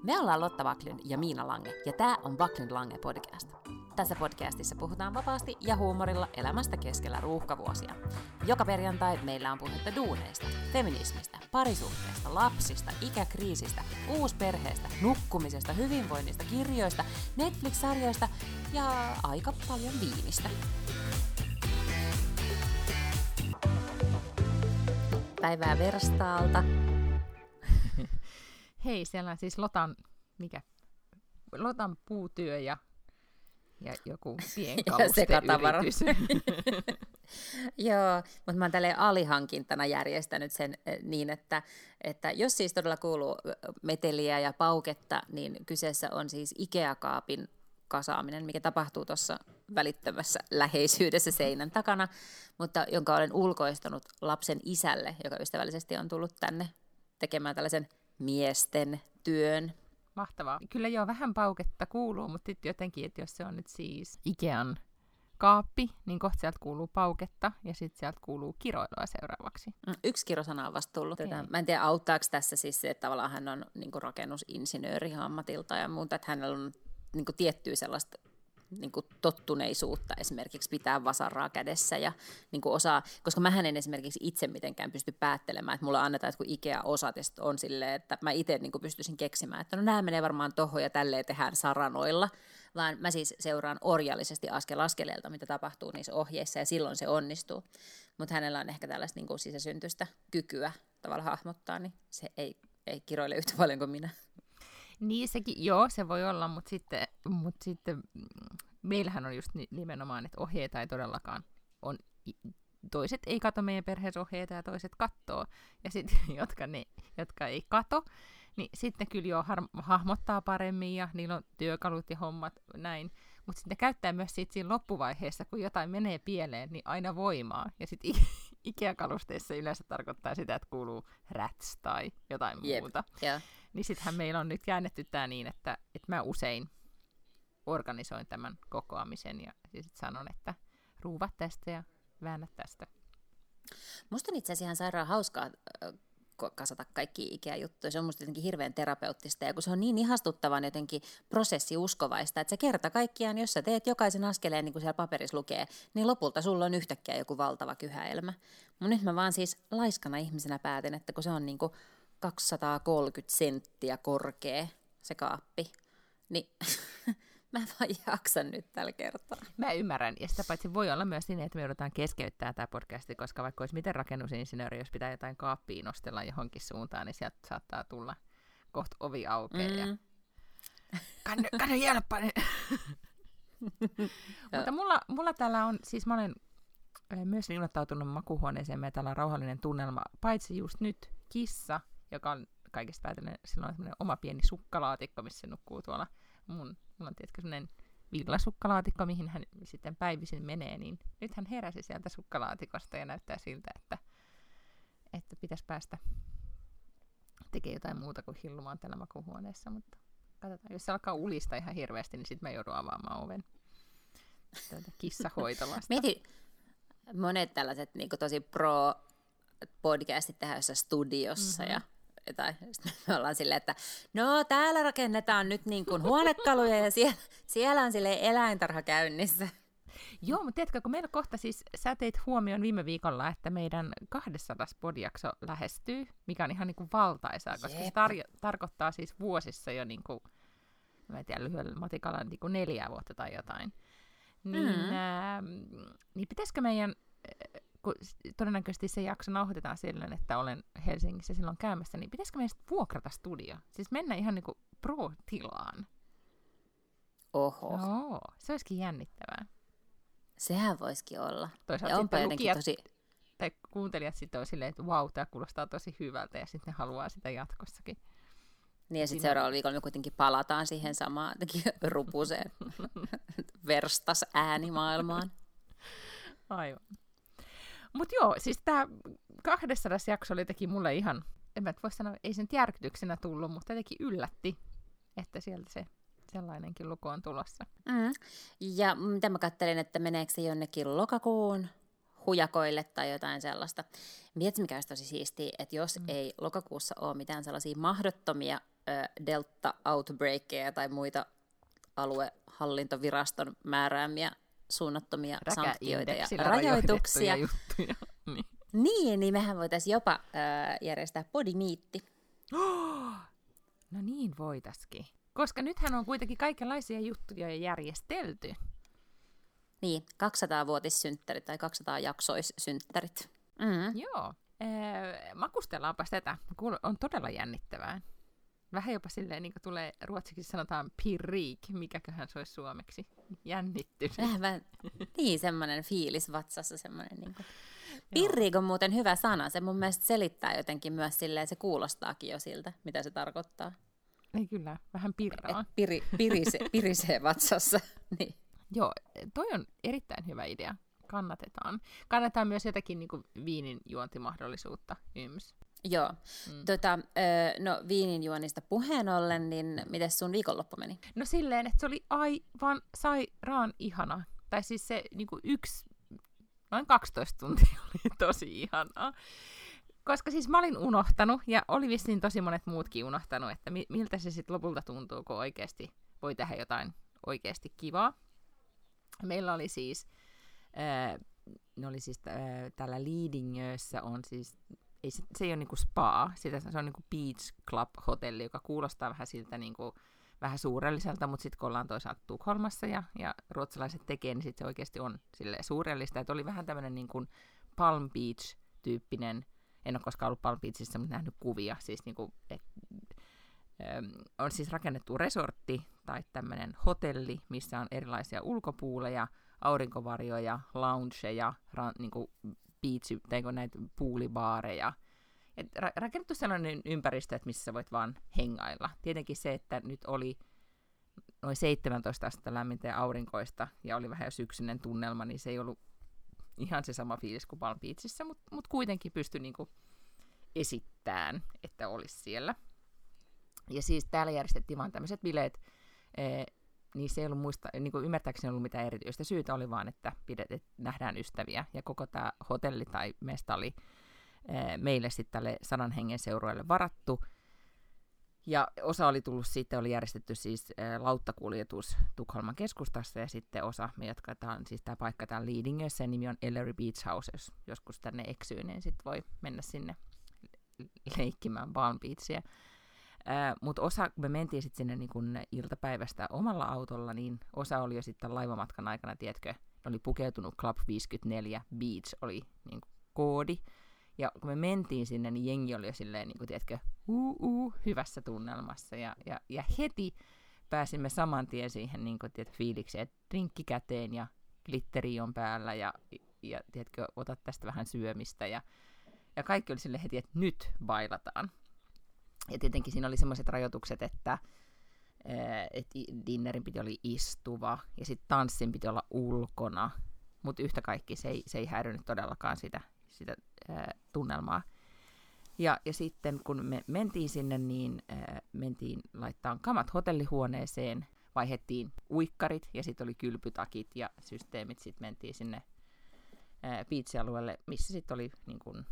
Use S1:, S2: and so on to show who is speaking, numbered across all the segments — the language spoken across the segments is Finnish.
S1: Me ollaan Lotta Wacklund ja Miina Lange, ja tää on Wacklund Lange podcast. Tässä podcastissa puhutaan vapaasti ja huumorilla elämästä keskellä ruuhkavuosia. Joka perjantai meillä on puhetta duuneista, feminismistä, parisuhteesta, lapsista, ikäkriisistä, uusperheestä, nukkumisesta, hyvinvoinnista, kirjoista, Netflix-sarjoista ja aika paljon viinistä. Päivää Verstaalta.
S2: Hei, siellä on siis Lotan puutyö ja joku pienkauste-yritys.
S1: Joo, mutta mä oon tälleen alihankintana järjestänyt sen niin, että jos siis todella kuuluu meteliä ja pauketta, niin kyseessä on siis Ikea-kaapin kasaaminen, mikä tapahtuu tuossa välittömässä läheisyydessä seinän takana, mutta jonka olen ulkoistanut lapsen isälle, joka ystävällisesti on tullut tänne tekemään tällaisen miesten työn.
S2: Mahtavaa. Kyllä joo, vähän pauketta kuuluu, mutta sitten jotenkin, että jos se on nyt siis Ikean kaappi, niin kohta sieltä kuuluu pauketta ja sitten sieltä kuuluu kiroilua seuraavaksi.
S1: Yksi kirosana on vasta tullut. Okay. Mä en tiedä, auttaako tässä siis se, että tavallaan hän on niin kuin rakennusinsinööri ammatilta ja muuta, että hänellä on niin kuin tiettyä sellaista niin kuin tottuneisuutta esimerkiksi pitää vasaraa kädessä ja niin kuin osaa, koska mähän en esimerkiksi itse mitenkään pysty päättelemään, että mulla annetaan jotkut Ikea-osat ja on silleen, että mä itse niin kuin pystyisin keksimään, että no nämä menee varmaan tohon ja tälleen tehdään saranoilla, vaan mä siis seuraan orjallisesti askel askeleelta, mitä tapahtuu niissä ohjeissa ja silloin se onnistuu, mutta hänellä on ehkä tällaista niin kuin sisäsyntyistä kykyä tavallaan hahmottaa, niin se ei kiroile yhtä paljon kuin minä.
S2: Niin sekin, joo, se voi olla, mutta sitten meillähän on just nimenomaan, että ohjeita ei todellakaan on. Toiset ei kato meidän perheessä ohjeita ja toiset kattoo. Ja sitten, jotka ei kato, niin sitten kyllä jo hahmottaa paremmin ja niillä on työkalut ja hommat näin. Mutta sitten ne käyttää myös siinä loppuvaiheessa, kun jotain menee pieleen, niin aina voimaa. Ja sitten Ikea-kalusteissa yleensä tarkoittaa sitä, että kuuluu räts tai jotain muuta.
S1: Yeah.
S2: Niin sittenhän meillä on nyt käännetty tämä niin, että mä usein organisoin tämän kokoamisen ja sitten sanon, että ruuvat tästä ja väännät tästä.
S1: Musta on itse asiassa ihan sairaan hauskaa kasata kaikki Ikea-juttuja. Se on musta jotenkin hirveän terapeuttista ja kun se on niin ihastuttavan jotenkin prosessiuskovaista, että sä kerta kaikkiaan, jos sä teet jokaisen askeleen, niin kuin siellä paperissa lukee, niin lopulta sulla on yhtäkkiä joku valtava kyhäelmä. Nyt mä vaan siis laiskana ihmisenä päätin, että kun se on niin kuin 230 senttiä korkea se kaappi, niin mä en vaan jaksa nyt tällä kertaa.
S2: Mä ymmärrän, ja sitä paitsi voi olla myös niin, että me joudutaan keskeyttämään tämä podcasti, koska vaikka olisi miten rakennusinsinööri, jos pitää jotain kaappia nostella johonkin suuntaan, niin sieltä saattaa tulla kohta ovi aukeaa. Ja kannu jälppäni! Mutta mulla täällä on, siis mä olen myös ilmoittautunut makuuhuoneeseen, ja täällä on rauhallinen tunnelma, paitsi just nyt kissa, joka on kaikesta päätellen, sillä on sellainen oma pieni sukkalaatikko, missä se nukkuu tuolla mulla on tietysti sellainen villasukkalaatikko, mihin hän sitten päivisin menee, niin nyt hän heräsi sieltä sukkalaatikosta ja näyttää siltä, että pitäisi päästä tekemään jotain muuta kuin hillumaan täällä makuuhuoneessa, mutta katsotaan, jos se alkaa ulista ihan hirveästi, niin sitten mä joudun avaamaan oven kissahoitolasta.
S1: Mieti, monet tällaiset niin kuin tosi pro-podcastit tehdään jossain studiossa ja jotain. Sitten me ollaan silleen, että no täällä rakennetaan nyt niin kuin huonekaluja ja siellä on silleen eläintarha käynnissä.
S2: Joo, mutta tiedätkö, kun meillä kohta siis sä teit huomioon viime viikolla, että meidän 200 podjakso lähestyy, mikä on ihan niin kuin valtaisaa, koska se tarkoittaa siis vuosissa jo niin kuin, mä en tiedä, lyhyellä matikalla niin kuin 4 vuotta tai jotain. Niin pitäisikö meidän, kun todennäköisesti se jakso nauhoitetaan silleen, että olen Helsingissä silloin käymässä, niin pitäisikö meidän vuokrata studio? Siis mennä ihan niin kuin pro-tilaan.
S1: Oho.
S2: Joo, se olisikin jännittävää.
S1: Sehän voisikin olla.
S2: Toisaalta sitten lukijat tai kuuntelijat sitten on silleen, että vau, tämä kuulostaa tosi hyvältä ja sitten ne haluaa sitä jatkossakin.
S1: Niin ja sitten seuraavalla viikolla me kuitenkin palataan siihen samaan rupuseen verstas äänimaailmaan.
S2: Aivan. Mutta joo, siis tämä 200 jakso oli teki mulle ihan, en mä voi sanoa, ei sen järkytyksenä tullut, mutta jotenkin yllätti, että sieltä se sellainenkin luku on tulossa.
S1: Ja mitä mä katselin, että meneekö se jonnekin lokakuun hujakoille tai jotain sellaista. Mietitkö, mikä olisi tosi siistiä, että jos ei lokakuussa ole mitään sellaisia mahdottomia delta-outbreakeja tai muita aluehallintoviraston määräämiä suunnattomia sanktioita ja rajoituksia.
S2: Juttuja.
S1: Niin mehän voitaisiin jopa järjestää podimiitti.
S2: No niin voitaisiin. Koska nythän on kuitenkin kaikenlaisia juttuja järjestelty.
S1: Niin, 200-vuotissynttärit tai 200-jaksoissynttärit.
S2: Joo. Makustellaanpas tätä. On todella jännittävää. Vähän jopa silleen, niin kuin tulee ruotsiksi sanotaan pirriik, mikäköhän se olisi suomeksi. Jännittynyt.
S1: Niin, semmoinen fiilis vatsassa. Semmoinen, niin kuin. Pirriik on muuten hyvä sana. Se mun mielestä selittää jotenkin myös silleen, se kuulostaakin jo siltä, mitä se tarkoittaa.
S2: Ei kyllä, vähän pirraa.
S1: Pirisee vatsassa. Niin.
S2: Joo, toi on erittäin hyvä idea. Kannatetaan myös jotakin niin kuin viinin juontimahdollisuutta yms.
S1: Joo. No viinin juonista puheen ollen, niin miten sun viikonloppu meni?
S2: No silleen, että se oli aivan sairaan ihana. Tai siis se niin kuin noin 12 tuntia oli tosi ihanaa. Koska siis mä olin unohtanut, ja oli vissiin tosi monet muutkin unohtanut, että miltä se sitten lopulta tuntuu, kun oikeasti voi tehdä jotain oikeasti kivaa. Meillä oli siis, täällä Lidingössä on siis, se ei ole niinku spa, se on niinku beach club hotelli, joka kuulostaa vähän siltä niinku, vähän suurelliselta, mutta sitten kun ollaan toisaalta Tukholmassa ja ruotsalaiset tekee, niin sitten se oikeasti on suurellista. Että oli vähän tämmöinen niinku Palm Beach-tyyppinen, en ole koskaan ollut Palm Beachissa, mutta nähnyt kuvia, siis niinku, on siis rakennettu resortti tai tämmöinen hotelli, missä on erilaisia ulkopuuleja, aurinkovarjoja, loungeja, niinku beach, tai näitä puulibaareja. Rakennettu sellainen ympäristö, että missä voit vaan hengailla. Tietenkin se, että nyt oli noin 17 astetta lämmintä ja aurinkoista, ja oli vähän jo syksyinen tunnelma, niin se ei ollut ihan se sama fiilis kuin Palm Beachissä, mutta kuitenkin pystyi niinku esittämään, että olisi siellä. Ja siis täällä järjestettiin vaan tämmöiset bileet, niin se ei ollut niin kuin ymmärtääkseni ollut mitään erityistä syytä, oli vaan, että nähdään ystäviä. Ja koko tämä hotelli tai mesta oli meille sitten tälle 100 hengen seurueelle varattu. Ja osa oli tullut sitten, oli järjestetty siis lauttakuljetus Tukholman keskustassa, ja sitten osa, me jatketaan, siis tämä paikka täällä Lidingössä, sen nimi on Ellery Beach House, jos joskus tänne eksyy, niin sitten voi mennä sinne leikkimään Palm Beachia. Mutta osa, kun me mentiin sitten sinne niin kun iltapäivästä omalla autolla, niin osa oli jo sitten laivamatkan aikana, tiedätkö, oli pukeutunut Club 54, Beach oli niin kun koodi. Ja kun me mentiin sinne, niin jengi oli jo silleen, niin kun, tiedätkö, hyvässä tunnelmassa. Ja heti pääsimme saman tien siihen niin kun, tiedätkö, fiilikseen, että drinkki käteen ja glitteri on päällä ja tiedätkö, otat tästä vähän syömistä. Ja kaikki oli silleen heti, että nyt bailataan. Ja tietenkin siinä oli semmoiset rajoitukset, että dinnerin piti olla istuva ja sitten tanssin piti olla ulkona, mutta yhtä kaikki se ei häirinyt todellakaan sitä tunnelmaa. Ja sitten kun me mentiin sinne, niin mentiin laittaa kamat hotellihuoneeseen, vaihdettiin uikkarit ja sitten oli kylpytakit ja systeemit, sitten mentiin sinne beach-alueelle, missä sitten oli niin kuin,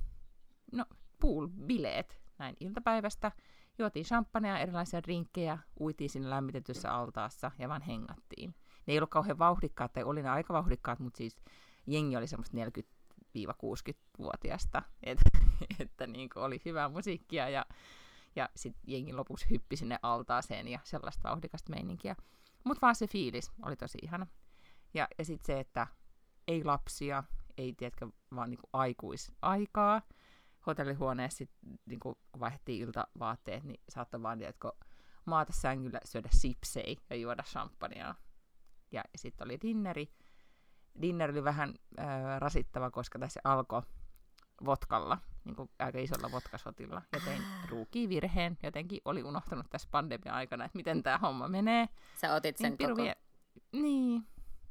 S2: pool-bileet. Näin iltapäivästä, juotiin champagnea, erilaisia drinkkejä, uitiin siinä lämmitetyssä altaassa ja vaan hengattiin. Ne ei ollut kauhean vauhdikkaat, tai oli ne aika vauhdikkaat, mutta siis jengi oli semmoista 40-60-vuotiaasta, että niin kuin oli hyvää musiikkia ja sitten jengi lopuksi hyppi sinne altaaseen ja sellaista vauhdikasta meininkiä. Mutta vaan se fiilis oli tosi ihana. Ja sitten se, että ei lapsia, ei tiedätkö, vaan niin kuin aikuisaikaa. Hotellihuoneessa sitten, niin kun vaihdettiin iltavaatteet, niin saattoi vaan, tiedätkö, maata sängyllä, syödä sipsei ja juoda champagnea. Ja sitten oli dinneri. Dinneri oli vähän rasittava, koska tässä alkoi vodkalla, niin kuin aika isolla vodkashotilla. Ja tein ruukivirheen. Jotenkin oli unohtanut tässä pandemian aikana, että miten tämä homma menee.
S1: Sä otit sen koko.
S2: Niin.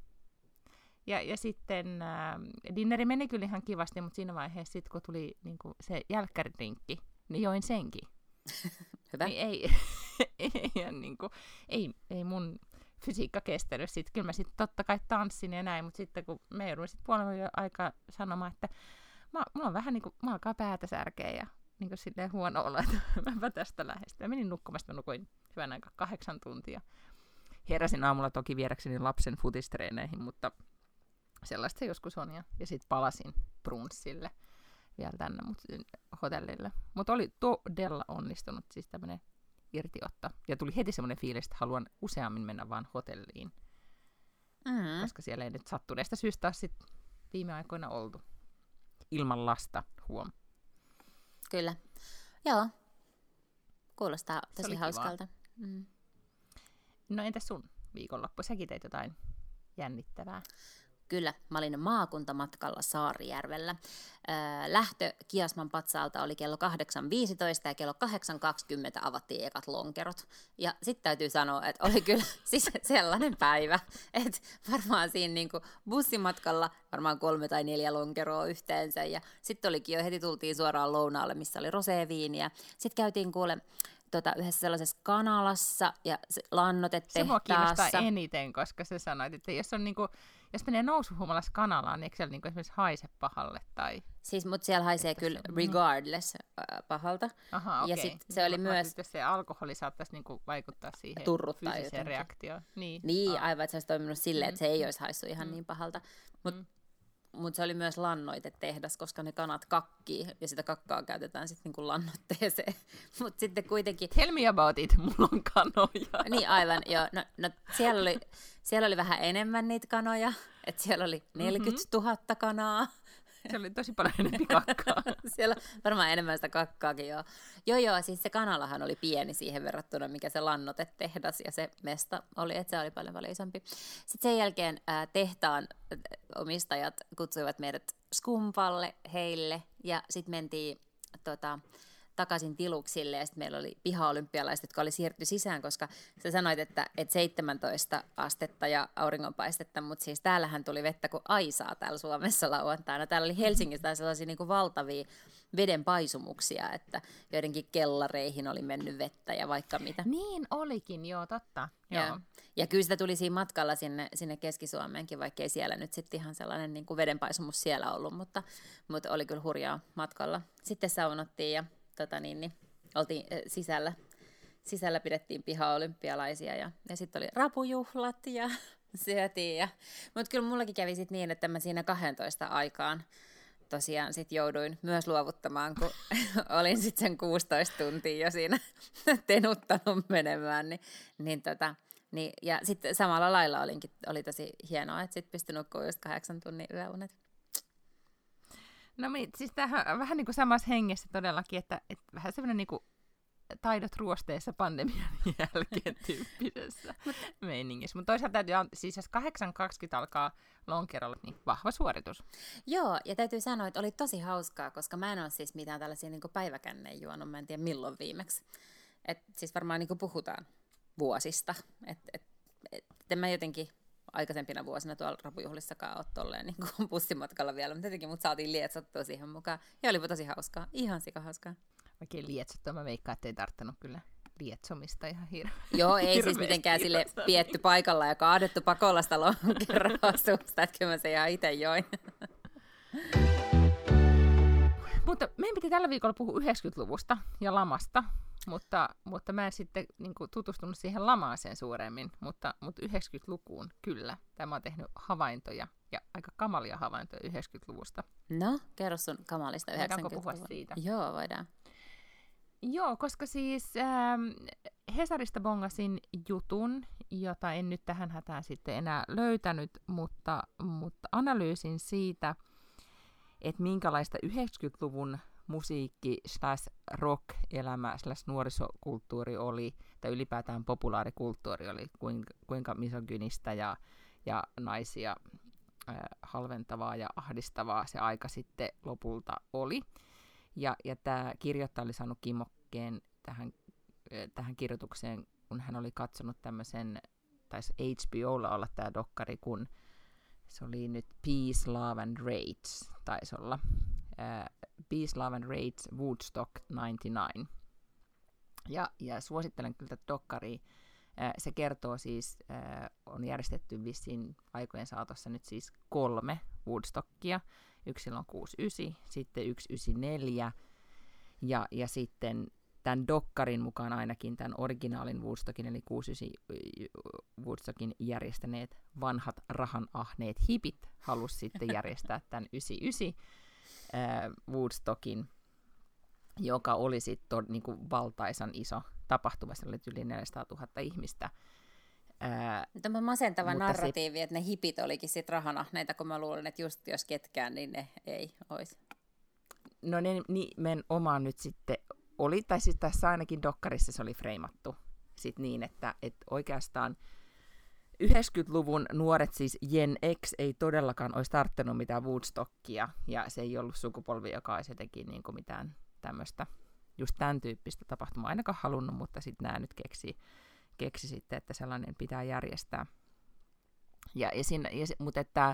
S2: Ja sitten dinneri meni kyllä ihan kivasti, mutta siinä vaiheessa, sit, kun tuli niin kuin se jälkkäridrinkki, niin join senkin.
S1: Hyvä.
S2: Niin ei mun fysiikka kestänyt. Sitten kyllä mä sitten totta kai tanssin ja näin, mutta sitten kun me jouduin sitten puolen aikaa sanomaan, että mulla on vähän niin kuin, mä alkaa päätä särkeä ja niin silleen huono olo, että mäpä tästä lähestyn. Mä menin nukkumasta, mä nukuin hyvän aika 8 tuntia. Heräsin aamulla toki viedäkseni lapsen futistreeneihin, mutta sellaista se joskus on. Ja sitten palasin brunssille vielä tänne hotellille. Mutta oli todella onnistunut siis tämmöinen irtiotto. Ja tuli heti semmoinen fiilis, että haluan useammin mennä vaan hotelliin. Koska siellä ei nyt sattuneesta syystä ole sit viime aikoina oltu. Ilman lasta, huom.
S1: Kyllä. Joo. Kuulostaa tosi hauskalta.
S2: No entäs sun viikonloppu? Säkin teit jotain jännittävää.
S1: Kyllä, mä olin maakuntamatkalla Saarijärvellä. Lähtö Kiasman patsaalta oli kello 8.15 ja kello 8.20 avattiin ekat lonkerot. Ja sitten täytyy sanoa, että oli kyllä siis sellainen päivä, että varmaan siinä niinku bussimatkalla varmaan 3 tai 4 lonkeroa yhteensä. Ja sitten olikin jo heti tultiin suoraan lounaalle, missä oli roséviiniä. Sitten käytiin yhdessä sellaisessa kanalassa ja lannotetehtaassa.
S2: Se mua kiinnostaa eniten, koska sä sanoit, että jos menee nousuhumalassa kanalaan, niin eikö siellä esimerkiksi haise pahalle? Tai...
S1: Siis, mutta siellä haisee kyllä regardless pahalta.
S2: Aha, okei.
S1: Ja sit se oli myös...
S2: Että se alkoholi saattaisi vaikuttaa siihen
S1: turruttaa
S2: fyysiseen
S1: jotenkin.
S2: Reaktioon.
S1: Niin aivan, että se olisi toiminut silleen, että se ei olisi haissut ihan niin pahalta. Mutta se oli myös lannoitetehdas, koska ne kanat kakkii, ja sitä kakkaa käytetään sitten niinku lannoitteeseen. Mutta sitten kuitenkin...
S2: Tell me about it, mulla on kanoja.
S1: Niin aivan, joo. No, siellä oli vähän enemmän niitä kanoja, että siellä oli 40 000 kanaa.
S2: Se oli tosi paljon enemmän kakkaa.
S1: Siellä varmaan enemmän sitä kakkaakin, joo. Joo, siis se kanalahan oli pieni siihen verrattuna, mikä se lannoitetehdas ja se mesta oli, että se oli paljon isompi. Sitten sen jälkeen tehtaan omistajat kutsuivat meidät skumpalle heille ja sitten mentiin takaisin tiluksille ja sitten meillä oli piha-olympialaiset, jotka oli siirretty sisään, koska sä sanoit, että 17 astetta ja auringonpaistetta, mutta siis täällähän tuli vettä kuin aisaa täällä Suomessa lauantaina. Täällä oli Helsingissä sellaisia niin kuin valtavia vedenpaisumuksia, että joidenkin kellareihin oli mennyt vettä ja vaikka mitä.
S2: Niin olikin, joo, totta. Joo.
S1: Ja kyllä sitä tuli siinä matkalla sinne Keski-Suomeenkin, vaikka ei siellä nyt sitten ihan sellainen niin kuin vedenpaisumus siellä ollut, mutta oli kyllä hurjaa matkalla. Sitten saunottiin ja oltiin sisällä pidettiin piha-olympialaisia ja sitten oli rapujuhlat ja syötiin. Mutta kyllä mullakin kävi sitten niin, että mä siinä 12 aikaan tosiaan sitten jouduin myös luovuttamaan, kun olin sitten sen 16 tuntia jo siinä tenuttanut menemään. Ja sitten samalla lailla oli tosi hienoa, että sitten pystyi nukkumaan just 8 tunnin yöunet.
S2: No siis tämähän vähän niin kuin samassa hengessä todellakin, että vähän semmoinen niin kuin taidot ruosteessa pandemian jälkeen tyyppisessä meiningissä. Mutta toisaalta siis jos 8.20 alkaa lonkerolla, niin vahva suoritus.
S1: Joo, ja täytyy sanoa, että oli tosi hauskaa, koska mä en ole siis mitään tällaisia niin kuin päiväkännejä juonut, mä en tiedä milloin viimeksi. Siis varmaan niin kuin puhutaan vuosista. En mä jotenkin aikaisempina vuosina tuolla rapujuhlissakaan ole tolleen niin kuin bussimatkalla vielä, mutta jotenkin mut saatiin lietsottua siihen mukaan. Ja oli tosi hauskaa, ihan sikahauskaa.
S2: Oikein lietsottua, mä veikkaan, että ei tarttunut kyllä lietsomista ihan
S1: Joo, ei siis mitenkään sille pietty paikalla ja kaadettu pakollasta lonkeroa suusta, että kyllä mä se ihan itse join.
S2: Mutta meidän piti tällä viikolla puhua 90-luvusta ja lamasta, mutta mä en sitten niin kuin, tutustunut siihen lamaan sen suuremmin, mutta 90-lukuun kyllä. Tämä on tehnyt havaintoja ja aika kamalia havaintoja 90-luvusta.
S1: No, kerro sun kamalista 90-luvun.
S2: Voidaanko puhua siitä?
S1: Joo, voidaan.
S2: Joo, koska siis Hesarista bongasin jutun, jota en nyt tähän hätään sitten enää löytänyt, mutta analyysin siitä, että minkälaista 90-luvun musiikki/rock-elämä/ nuorisokulttuuri oli, tai ylipäätään populaarikulttuuri oli, kuinka misogynistä ja naisia halventavaa ja ahdistavaa se aika sitten lopulta oli. Ja tämä kirjoittaja oli saanut kimmokkeen tähän kirjoitukseen, kun hän oli katsonut tämmöisen, taisi HBOlla olla tämä dokkari, kun se oli nyt Peace, Love and Rage, taisi olla. Peace, Love and Rage, Woodstock 99. Ja suosittelen kyllä tätä dokkaria. Se kertoo siis, on järjestetty vissiin aikojen saatossa nyt siis 3 Woodstockia. Yksi silloin 69, sitten 194 Ja sitten tämän dokkarin mukaan ainakin tämän originaalin Woodstockin, eli 69 Woodstockin järjestäneet vanhat rahanahneet hipit halusi sitten järjestää tämän 99 Woodstockin, joka oli sitten niinku valtaisan iso tapahtuma. Siellä oli yli 400 000 ihmistä.
S1: Tämä masentava narratiivi, että ne hipit olikin sitten rahanahneita, kun mä luulen, että just jos ketkään, niin ne ei olisi.
S2: No ne nimenomaan nyt sitten oli, tai siis tässä ainakin dokkarissa se oli freimattu sit niin, että oikeastaan 90-luvun nuoret, siis Gen X, ei todellakaan olisi tarttunut mitään Woodstockia, ja se ei ollut sukupolvi, joka olisi jotenkin niin kuin mitään tämmöistä, just tämän tyyppistä tapahtumaa ainakaan halunnut, mutta sitten nämä nyt keksi sitten, että sellainen pitää järjestää. Mutta että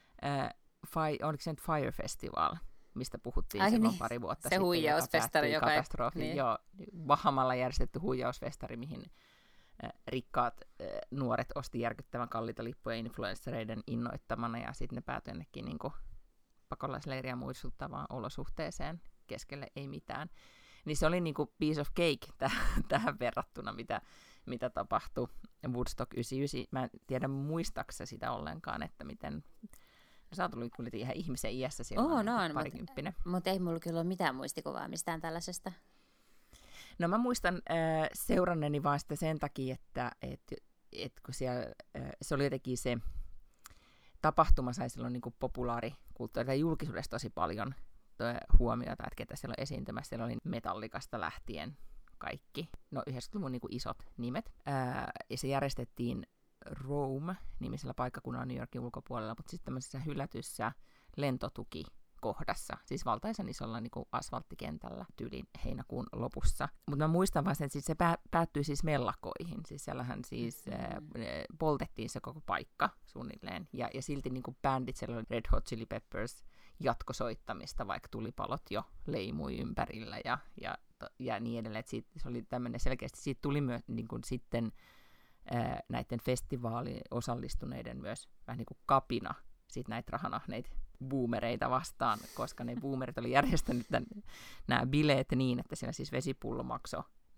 S2: oliko se nyt Fire Festival, mistä puhuttiin silloin pari vuotta
S1: se
S2: sitten,
S1: huijausfestari,
S2: joka katastrofi. Niin. Joo, Bahamalla järjestetty huijausfestari, mihin rikkaat nuoret osti järkyttävän kalliita lippuja influenssereiden innoittamana, ja sitten ne päätyi jonnekin niin pakolaisleiriä muistuttavaan olosuhteeseen, keskelle ei mitään. Niin se oli niin kuin piece of cake tähän verrattuna, mitä tapahtui Woodstock 99. Mä en tiedä, muistaaksä sitä ollenkaan, että miten. No, sä oot ollut kyllä ihan ihmisen iässä silloin, parikymppinen.
S1: Mutta ei mulla kyllä ole mitään muistikuvaa mistään tällaisesta.
S2: No mä muistan seuranneni vaan sitä sen takia, että kun siellä, se oli jotenkin se tapahtuma sai silloin niin kuin populaarikulttuuri tai julkisuudessa tosi paljon huomiota, että ketä siellä on esiintymässä. Siellä oli Metallicasta lähtien kaikki, 90-luvun niin kuin isot nimet. Ja se järjestettiin Rome-nimisellä paikkakunnalla New Yorkin ulkopuolella, mutta sitten tämmöisessä hylätyssä lentotukikohdassa, siis valtaisen isolla niin kuin asfalttikentällä tyylin heinäkuun lopussa. Mutta mä muistan vaan sen, että se päättyi siis mellakoihin, siis siellähän siis poltettiin se koko paikka suunnilleen, ja silti niin kuin bändit, siellä oli Red Hot Chili Peppers jatkosoittamista, vaikka tulipalot jo leimui ympärillä ja niin edelleen, että se oli tämmöinen selkeästi, siitä tuli myös niin kuin sitten näiden festivaaliin osallistuneiden myös vähän niin kuin kapina sit näitä rahanahneita boomereita vastaan, koska ne boomerit oli järjestänyt nämä bileet niin, että siellä siis vesipullo maksoi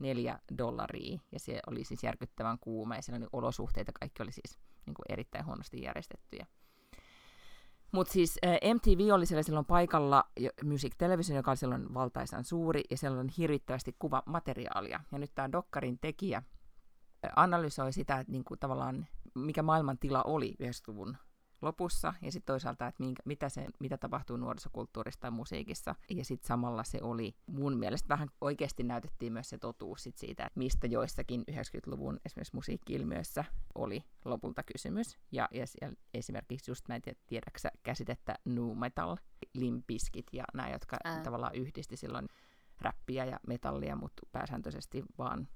S2: $4, ja se oli siis järkyttävän kuuma, ja siellä oli olosuhteita, kaikki oli siis niin kuin erittäin huonosti järjestettyjä. Mutta siis MTV oli siellä silloin paikalla, Music Television, joka oli silloin valtaisan suuri, ja siellä on hirvittävästi kuvamateriaalia. Ja nyt tämä dokkarin tekijä analysoi sitä, että niinku tavallaan mikä maailman tila oli 90-luvun lopussa, ja sitten toisaalta, että mitä tapahtuu nuorisokulttuurissa tai musiikissa. Ja sitten samalla se oli, mun mielestä vähän oikeasti näytettiin myös se totuus sit siitä, että mistä joissakin 90-luvun esimerkiksi musiikki-ilmiöissä oli lopulta kysymys. Ja esimerkiksi just, mä en tiedäksä käsitettä nu metal, Limp Bizkit ja nämä, jotka tavallaan yhdisti silloin räppiä ja metallia, mutta pääsääntöisesti vaan,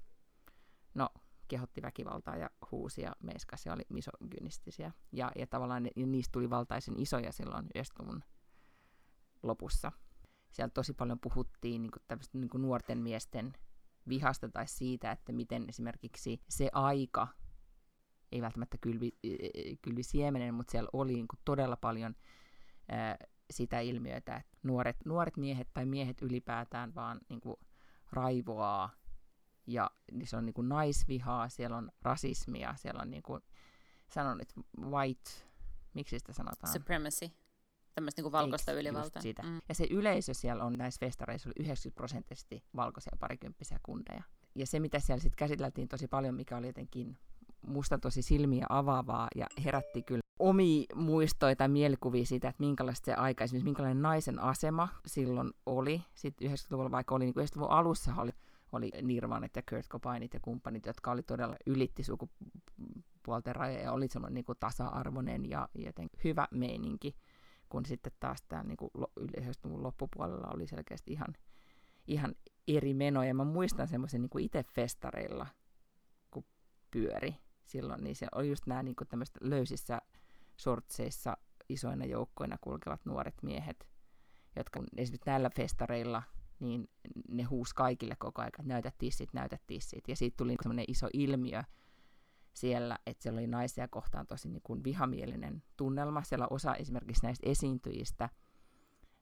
S2: kehotti väkivaltaa ja huusi ja meiskasi ja oli misogynistisiä. Ja tavallaan niistä tuli valtaisen isoja silloin 90-luvun lopussa. Siellä tosi paljon puhuttiin niin kuin nuorten miesten vihasta tai siitä, että miten esimerkiksi se aika, ei välttämättä kylvi siemenen, mutta siellä oli niin kuin todella paljon sitä ilmiötä, että nuoret miehet tai miehet ylipäätään vaan niin kuin raivoaa. Ja se on niin kuin naisvihaa, siellä on rasismia, siellä on niin kuin, sanon nyt white, miksi sitä sanotaan?
S1: Supremacy, tämmöistä niin kuin valkoista ylivaltaa.
S2: Ja se yleisö siellä on näissä festareissa oli 90% valkoisia parikymppisiä kundeja. Ja se, mitä siellä sitten käsiteltiin tosi paljon, mikä oli jotenkin musta tosi silmiä avaavaa ja herätti kyllä omia muistoja tai mielikuvia siitä, että minkälaista se aika, esimerkiksi minkälainen naisen asema silloin oli. Sitten 90-luvulla, vaikka oli niin kuin 90-luvun alussa oli Nirvanat ja Kurt Cobainit ja kumppanit, jotka oli todella ylitti sukupuolten rajoja ja oli semmoinen niin kuin tasa-arvoinen ja jotenkin hyvä meininki, kun sitten taas tämä niin kuin 90-luvun loppupuolella oli selkeästi ihan eri meno. Ja mä muistan semmoisen niin kuin itse festareilla, kun pyöri silloin, niin se oli just nämä niin kuin tämmöiset löysissä sortseissa isoina joukkoina kulkevat nuoret miehet, jotka esimerkiksi näillä festareilla niin ne huusi kaikille koko ajan, näytä tissit. Ja siitä tuli semmoinen iso ilmiö siellä, että siellä oli naisia kohtaan tosi niin kuin vihamielinen tunnelma. Siellä osa esimerkiksi näistä esiintyjistä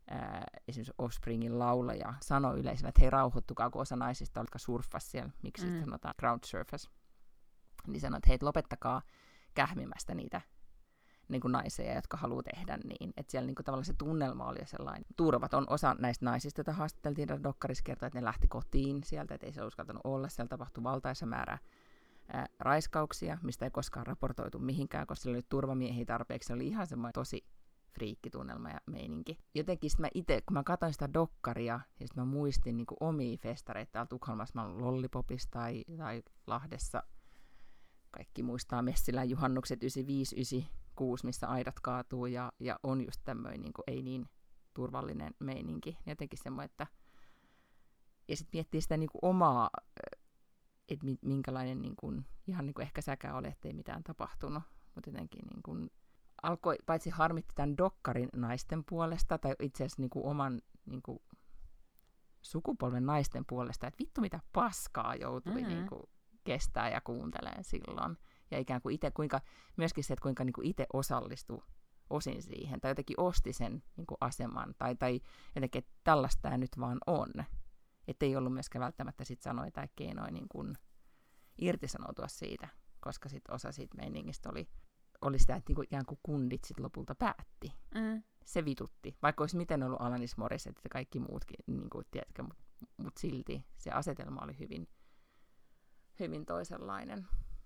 S2: esimerkiksi Offspringin laulaja sanoi yleisölle, että hei rauhoittukaa, kun osa naisista jotka surffasi siellä, miksi sitten sanotaan crowd surfers, niin sanoi, että hei lopettakaa kähmimästä niitä niin kuin naisia, jotka haluaa tehdä niin. Että siellä niin kuin tavallaan se tunnelma oli sellainen turvaton. Osa näistä naisista, joita haastateltiin dokkarissa, kertoi, että ne lähti kotiin sieltä, että ei se uskaltanut olla. Siellä tapahtui valtaisa määrä raiskauksia, mistä ei koskaan raportoitu mihinkään, koska siellä oli turvamiehiä tarpeeksi. Se oli ihan semmoinen tosi friikkitunnelma ja meininki. Jotenkin mä itse, kun mä katsoin sitä dokkaria, ja sitten mä muistin niin kuin omia festareita täällä Tukholmassa, mä olen Lollipopissa tai Lahdessa. Kaikki muistaa Messilän juhannukset 95-96, missä aidat kaatuu, ja on just tämmöinen niin kuin ei niin turvallinen meininki. Jotenkin semmoinen, että ja sitten miettii sitä niin kuin omaa, että minkälainen, niin kuin, ihan niin kuin ehkä säkään olet, ettei mitään tapahtunut, mutta jotenkin niin kuin alkoi, paitsi harmitti tämän dokkarin naisten puolesta, tai itse asiassa niin kuin oman niin kuin sukupolven naisten puolesta, että vittu mitä paskaa joutui niin kuin kestää ja kuuntelee silloin. Ja ikään kuin itse, myöskin se, että kuinka niin kuin itse osallistui osin siihen, tai jotenkin osti sen niin kuin aseman, tai jotenkin, että tällaista tämä nyt vaan on. Että ei ollut myöskään välttämättä sit sanoja tai keinoja niin kuin irtisanoutua siitä, koska sit osa siitä meiningistä oli sitä, että niin kuin ikään kuin kundit sit lopulta päätti. Se vitutti. Vaikka olisi miten ollut Alanis Morissette ja kaikki muutkin, niin kuin, tiedätkö, mutta silti se asetelma oli hyvin, hyvin toisenlainen.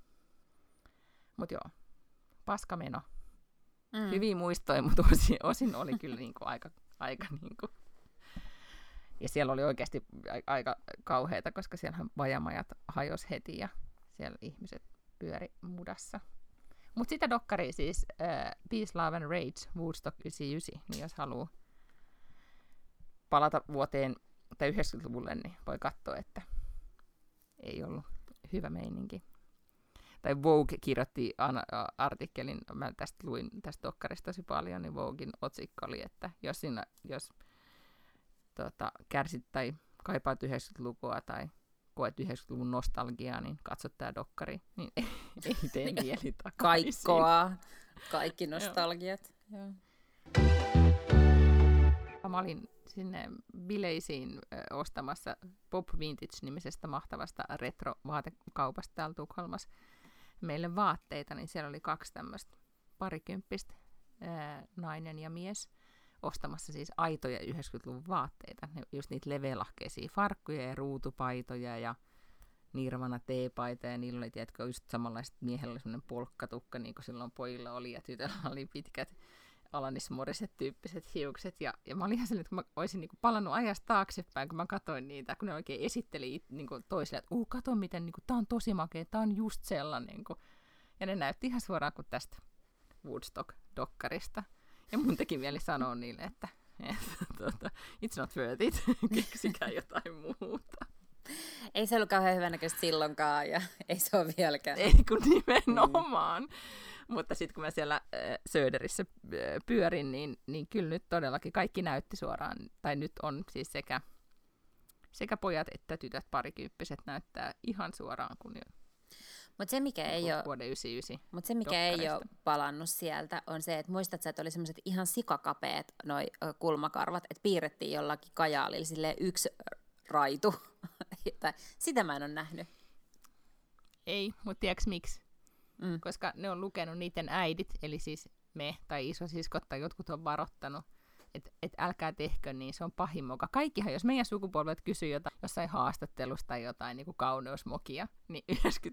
S2: Mutta joo, paskameno. Hyviä muistoja, mutta osin oli kyllä niin kuin aika niin kuin. Ja siellä oli oikeasti aika kauheita, koska siellähän vajamajat hajosi heti ja siellä ihmiset pyöri mudassa. Mutta sitä dokkaria siis Peace, Love and Rage Woodstock 99, niin jos haluaa palata vuoteen tai 90-luvulle, niin voi katsoa, että ei ollut hyvä meininki. Tai Vogue kirjoitti artikkelin, mä luin tästä dokkarista tosi paljon, niin Voguein otsikko oli, että jos kärsit tai kaipaat 90-lukua tai koet 90-luvun nostalgiaa, niin katso tää dokkari, niin ei tee mieli takaisin.
S1: Kaikki nostalgiat. Joo.
S2: Mä olin sinne bileisiin ostamassa Pop Vintage-nimisestä mahtavasta retro-vaatekaupasta täällä Tukholmassa meille vaatteita, niin siellä oli 2 tämmöistä parikymppistä, nainen ja mies, ostamassa siis aitoja 90-luvun vaatteita. Just niitä leveälahkeisia farkkuja ja ruutupaitoja ja Nirvana teepaita, ja niillä oli, tiedätkö, just samanlaiset miehellä semmoinen polkkatukka, niin kuin silloin pojilla oli, ja tytöllä oli pitkät Alanis Morissette-tyyppiset hiukset. Ja mä olin ihan sellainen, että mä olisin niin kuin palannut ajasta taaksepäin, kun mä katsoin niitä, kun ne oikein esitteli niin kuin toisille, että kato miten, niin kuin, tää on tosi makea, tää on just sellainen. Niin kuin. Ja ne näytti ihan suoraan kuin tästä Woodstock-dokkarista. Ja mun teki mieli sanoa niille, että it's not worth it, keksikää jotain muuta.
S1: Ei se ollut kauhean hyvänäköistä silloinkaan, ja ei se ole vieläkään.
S2: Ei kun nimenomaan. Mutta sitten kun mä siellä Söderissä pyörin, niin kyllä nyt todellakin kaikki näytti suoraan, tai nyt on siis sekä pojat että tytöt parikymppiset näyttää ihan suoraan kuin
S1: Mutta se, mikä ei ole,
S2: vuoden 99
S1: ei ole palannut sieltä, on se, että muistatko, että oli semmoiset ihan sikakapeet noi kulmakarvat, että piirrettiin jollakin kajaalilla silleen yksi raitu. Sitä mä en ole nähnyt.
S2: Ei, mutta tiedätkö miksi? Koska ne on lukenut niiden äidit, eli siis me tai isosiskot tai jotkut on varoittanut, että älkää tehkö niin, se on pahin moka. Kaikkihan, jos meidän sukupolvet kysyy jossain haastattelusta tai jotain niin kuin kauneusmokia, niin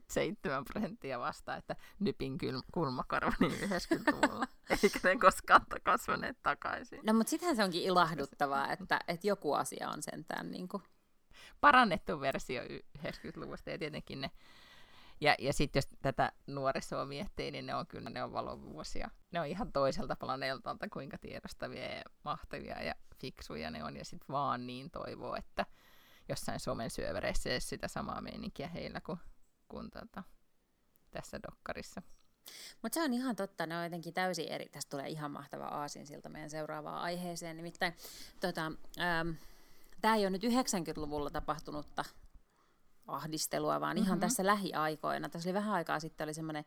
S2: 97% vastaa, että nypin kulmakarva niin 90-luvulla. Eikä ne koskaan kasvaneet takaisin.
S1: No mutta sittenhän se onkin ilahduttavaa, että joku asia on sentään niin kuin
S2: parannettu versio 90-luvusta ja tietenkin ne. Ja sitten jos tätä nuorisoa miettii, niin ne on valovuosia. Ne on ihan toiselta planeeltalta, kuinka tiedostavia ja mahtavia ja fiksuja ne on. Ja sitten vaan niin toivoo, että jossain somen syövereissä ei sitä samaa meininkiä heillä kuin tässä dokkarissa.
S1: Mutta se on ihan totta, ne on jotenkin täysin eri. Tästä tulee ihan mahtava aasinsilta meidän seuraavaan aiheeseen. Nimittäin tämä ei ole nyt 90-luvulla tapahtunutta ahdistelua, vaan ihan tässä lähiaikoina. Tässä oli vähän aikaa sitten oli semmoinen,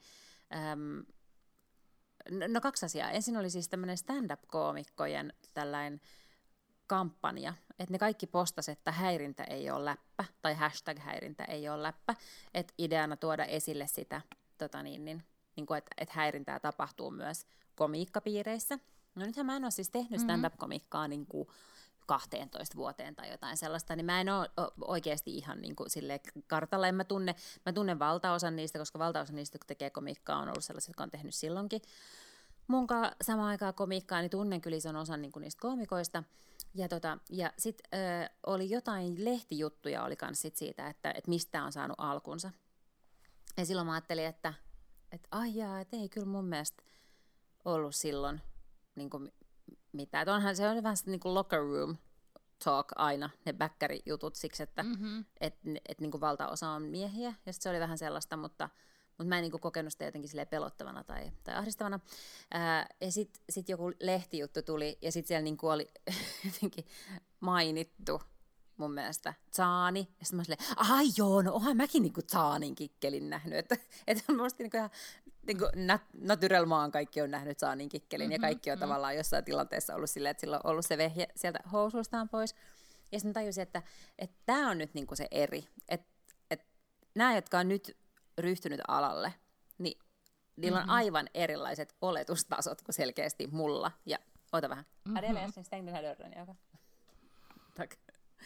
S1: 2 asiaa. Ensin oli siis tämmöinen stand-up-koomikkojen tällainen kampanja, että ne kaikki postas, että häirintä ei ole läppä, tai hashtag häirintä ei ole läppä, että ideana tuoda esille sitä, niin kuin, että häirintää tapahtuu myös komiikkapiireissä. No nythän mä en ole siis tehnyt stand-up-komiikkaa niin kuin 12 vuoteen tai jotain sellaista, niin mä en ole oikeasti ihan niin kuin silleen kartalla. Mä tunnen valtaosan niistä, koska valtaosa niistä, kun tekee komiikkaa, on ollut sellaisia, jotka on tehnyt silloinkin munkaan samaan aikaan komiikkaa, niin tunnen kyllä ison osan niin kuin niistä koomikoista. Ja sitten oli jotain lehtijuttuja oli kans sit siitä, että mistä on saanut alkunsa. Ja silloin mä ajattelin, että ei kyllä mun mielestä ollut silloin niin kuin mitään. Että onhan se on vähän niin kuin locker room talk aina, ne bäkkärijutut siksi, että et niin kuin valtaosa on miehiä. Ja se oli vähän sellaista, mutta mä en niin kuin kokenut sitä jotenkin pelottavana tai ahdistavana. Ja sitten joku lehtijuttu tuli, ja sitten siellä niin kuin oli jotenkin mainittu mun mielestä Tsaani. Ja sitten mä silleen, joo, no onhan mäkin niin kuin Tsaanin kikkelin nähnyt. Että on musta niin kuin ihan niin kuin Naturelmaan kaikki on nähnyt Tsaanin kikkelin, ja kaikki on tavallaan jossain tilanteessa ollut silleen, että sillä on ollut se vehje sieltä housuistaan pois. Ja sitten mä tajusin, että tämä on nyt niin kuin se eri. Että nämä, jotka on nyt ryhtynyt alalle, niin niillä on aivan erilaiset oletustasot kuin selkeästi mulla. Ja oota vähän. Adele, jag stängde den här dörren. Tack.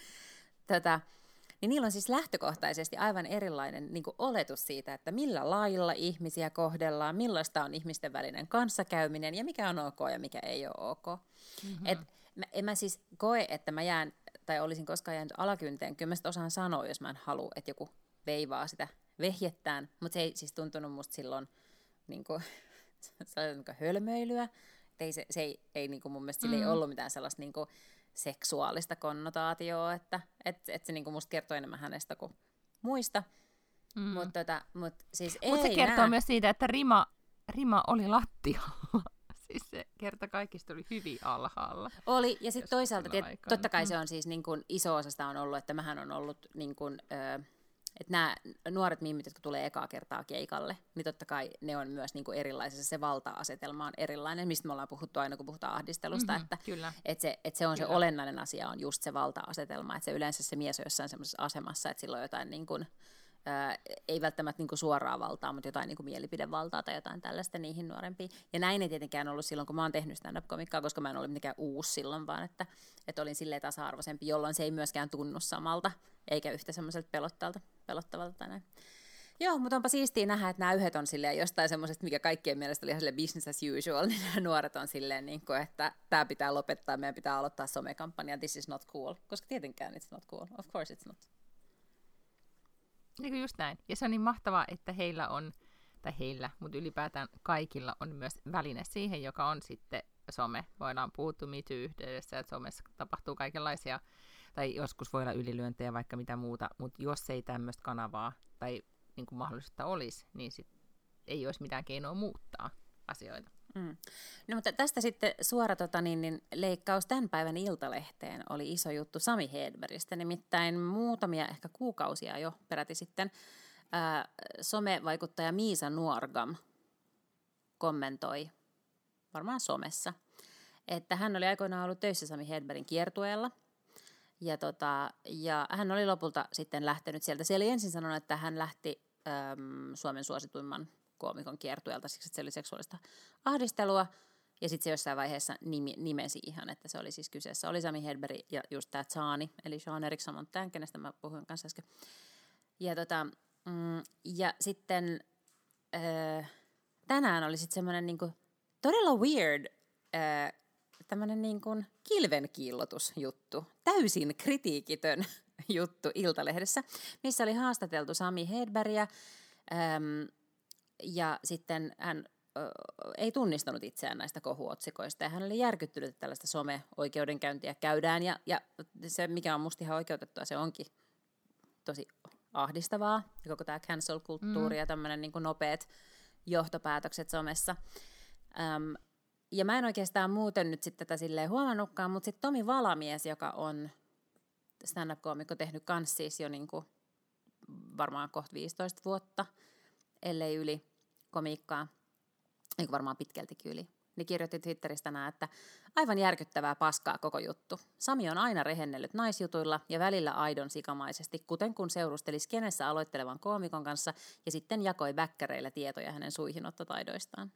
S1: Niin niillä on siis lähtökohtaisesti aivan erilainen niin kuin oletus siitä, että millä lailla ihmisiä kohdellaan, millaista on ihmisten välinen kanssakäyminen ja mikä on ok ja mikä ei ole ok. En mä siis koe, että mä jään, tai olisin koskaan jäänyt alakynteen. Kyllä mä sitä osaan sanoa, jos mä en halua, että joku veivaa sitä vehjettään, mutta se ei siis tuntunut musta silloin niin kuin, hölmöilyä. Se ei niin kuin mun mielestä sillä ei ollut mitään sellaista niin kuin seksuaalista konnotaatioa, että se niin kuin musta kertoo enemmän hänestä kuin muista. Mutta siis
S2: se kertoo myös siitä, että rima oli lattialla. Siis se kerta kaikista oli hyvin alhaalla.
S1: Oli, ja sitten toisaalta totta kai se on siis niin kuin iso osa sitä on ollut, että mähän on ollut niin kuin, että nämä nuoret mimmit, jotka tulee ekaa kertaa keikalle, niin totta kai ne on myös niin kuin erilaisessa, se valta-asetelma on erilainen, mistä me ollaan puhuttu aina, kun puhutaan ahdistelusta, että se on se olennainen asia, on just se valta-asetelma, että se yleensä se mies on jossain semmoisessa asemassa, että sillä on jotain niin kuin, ei välttämättä niin kuin suoraa valtaa, mutta jotain niin kuin mielipidevaltaa tai jotain tällaista niihin nuorempiin. Ja näin ei tietenkään ollut silloin, kun mä oon tehnyt stand-up-komikkaa, koska mä en ollut mitenkään uusi silloin, vaan että olin silleen tasa-arvoisempi, jolloin se ei myöskään tunnu samalta, eikä yhtä semmoiselta pelottavalta tai näin. Joo, mutta onpa siistiä nähdä, että nämä yhdet on silleen jostain semmoisesta, mikä kaikkien mielestä oli ihan silleen business as usual, niin nämä nuoret on silleen, niin kuin, että tämä pitää lopettaa, meidän pitää aloittaa somekampanja, this is not cool, koska tietenkään it's not cool, of course it's not.
S2: Niin just näin. Ja se on niin mahtavaa, että mutta ylipäätään kaikilla on myös väline siihen, joka on sitten some. Voidaan puhuttu Me Too-yhteydessä, että somessa tapahtuu kaikenlaisia, tai joskus voi olla ylilyöntejä, vaikka mitä muuta, mutta jos ei tämmöistä kanavaa tai niin kuin mahdollisuutta olisi, niin sit ei olisi mitään keinoa muuttaa asioita.
S1: No mutta tästä sitten suora leikkaus tämän päivän Iltalehteen oli iso juttu Sami Hedbergistä, nimittäin muutamia ehkä kuukausia jo peräti sitten somevaikuttaja Miisa Nuorgam kommentoi varmaan somessa, että hän oli aikoinaan ollut töissä Sami Hedbergin kiertueella ja hän oli lopulta sitten lähtenyt sieltä. Se oli ensin sanonut, että hän lähti Suomen suosituimman koomikon kiertueelta, siksi että se oli seksuaalista ahdistelua, ja sitten se jossain vaiheessa nimesi ihan, että se oli siis kyseessä. Oli Sami Hedberg ja just tämä Tsaani, eli Sean Eriksson Montaigne, kenestä mä puhuin kanssa äsken. Ja sitten tänään oli sitten semmoinen niinku todella weird tämmöinen niinku kilvenkiillotusjuttu, täysin kritiikitön juttu Iltalehdessä, missä oli haastateltu Sami Hedbergia, ja sitten hän ei tunnistanut itseään näistä kohuotsikoista, ja hän oli järkyttynyt, että tällaista some-oikeudenkäyntiä käydään, ja se, mikä on musta ihan oikeutettua, se onkin tosi ahdistavaa, ja koko tämä cancel-kulttuuri ja tämmöinen niin kuin nopeat johtopäätökset somessa. Ja mä en oikeastaan muuten nyt sitten tätä silleen huomannutkaan, mutta sitten Tomi Valamies, joka on stand-up-koomikko, tehnyt kans siis jo niin kuin varmaan kohta 15 vuotta, ellei yli komiikkaa, niin varmaan pitkältikin yli, niin kirjoitti Twitteristä tänään, että aivan järkyttävää paskaa koko juttu. Sami on aina rehennellyt naisjutuilla ja välillä aidon sikamaisesti, kuten kun seurusteli skenessä aloittelevan koomikon kanssa ja sitten jakoi väkkäreillä tietoja hänen suihinottotaidoistaan.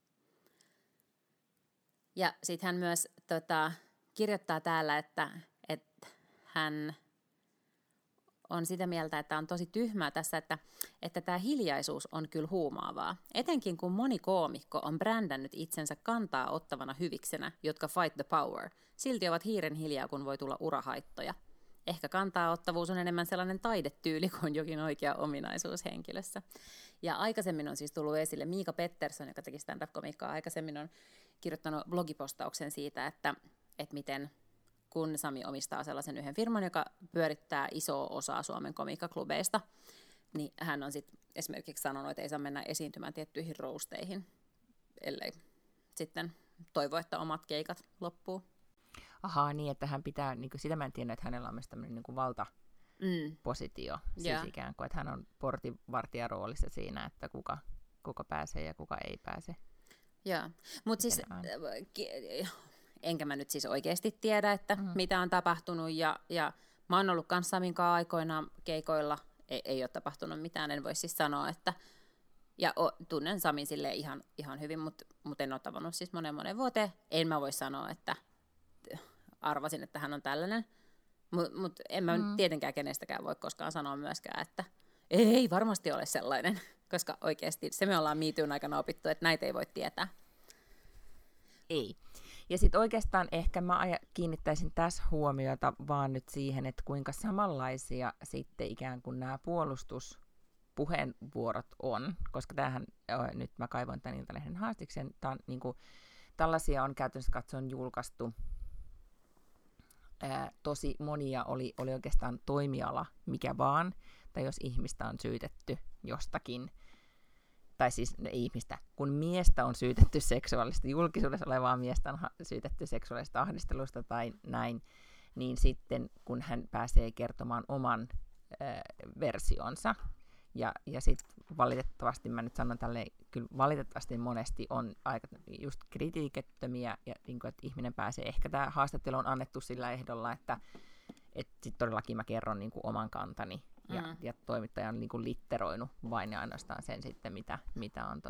S1: Ja sitten hän myös kirjoittaa täällä, että hän on sitä mieltä, että on tosi tyhmää tässä, että tämä hiljaisuus on kyllä huumaavaa. Etenkin kun moni koomikko on brändännyt itsensä kantaa ottavana hyviksenä, jotka fight the power. Silti ovat hiiren hiljaa, kun voi tulla urahaittoja. Ehkä kantaa ottavuus on enemmän sellainen taidetyyli kuin jokin oikea ominaisuus henkilössä. Ja aikaisemmin on siis tullut esille Miika Pettersson, joka teki stand-up-komiikkaa, aikaisemmin on kirjoittanut blogipostauksen siitä, että miten kun Sami omistaa sellaisen yhden firman, joka pyörittää isoa osaa Suomen komiikkaklubeista, niin hän on sitten esimerkiksi sanonut, että ei saa mennä esiintymään tiettyihin roasteihin, ellei sitten toivo, että omat keikat loppuu.
S2: Ahaa, niin, että hän pitää, niin kuin sitä mä en tiedä, että hänellä on myös tämmöinen niin kuin valtapositio, siis ikään kuin, että hän on portinvartijan roolissa siinä, että kuka pääsee ja kuka ei pääse.
S1: Joo, mutta siis enkä mä nyt siis oikeasti tiedä, että mitä on tapahtunut, ja mä oon ollut kanssa Samin kanssa aikoinaan keikoilla, ei ole tapahtunut mitään, en voi siis sanoa, että, ja tunnen Samin silleen ihan hyvin, mutta en ole tavannut siis monen vuoteen, en mä voi sanoa, että arvasin, että hän on tällainen, mutta en mä tietenkään kenestäkään voi koskaan sanoa myöskään, että ei varmasti ole sellainen, koska oikeasti se me ollaan Me Toon aikana opittu, että näitä ei voi tietää.
S2: Ei. Ja sitten oikeastaan ehkä mä kiinnittäisin tässä huomiota vaan nyt siihen, että kuinka samanlaisia sitten ikään kuin nämä puolustuspuheenvuorot on, koska tämähän, nyt mä kaivoin tämän Iltalehden haastiksen, niin kuin, tällaisia on käytännössä katsoen julkaistu. Tosi monia oli oikeastaan toimiala mikä vaan, tai jos ihmistä on syytetty jostakin, tai siis ihmistä, kun miestä on syytetty seksuaalista, julkisuudessa olevaa miestä on syytetty seksuaalista ahdistelusta tai näin, niin sitten kun hän pääsee kertomaan oman versionsa, ja sitten valitettavasti, mä nyt sanon tälleen, kyllä valitettavasti monesti on aika just kritiikettömiä, ja niin kuin, että ihminen pääsee, ehkä tämä haastattelu on annettu sillä ehdolla, että sitten todellakin mä kerron niin kuin oman kantani, ja toimittaja on niin kuin litteroinut vain ja ainoastaan sen sitten, mitä on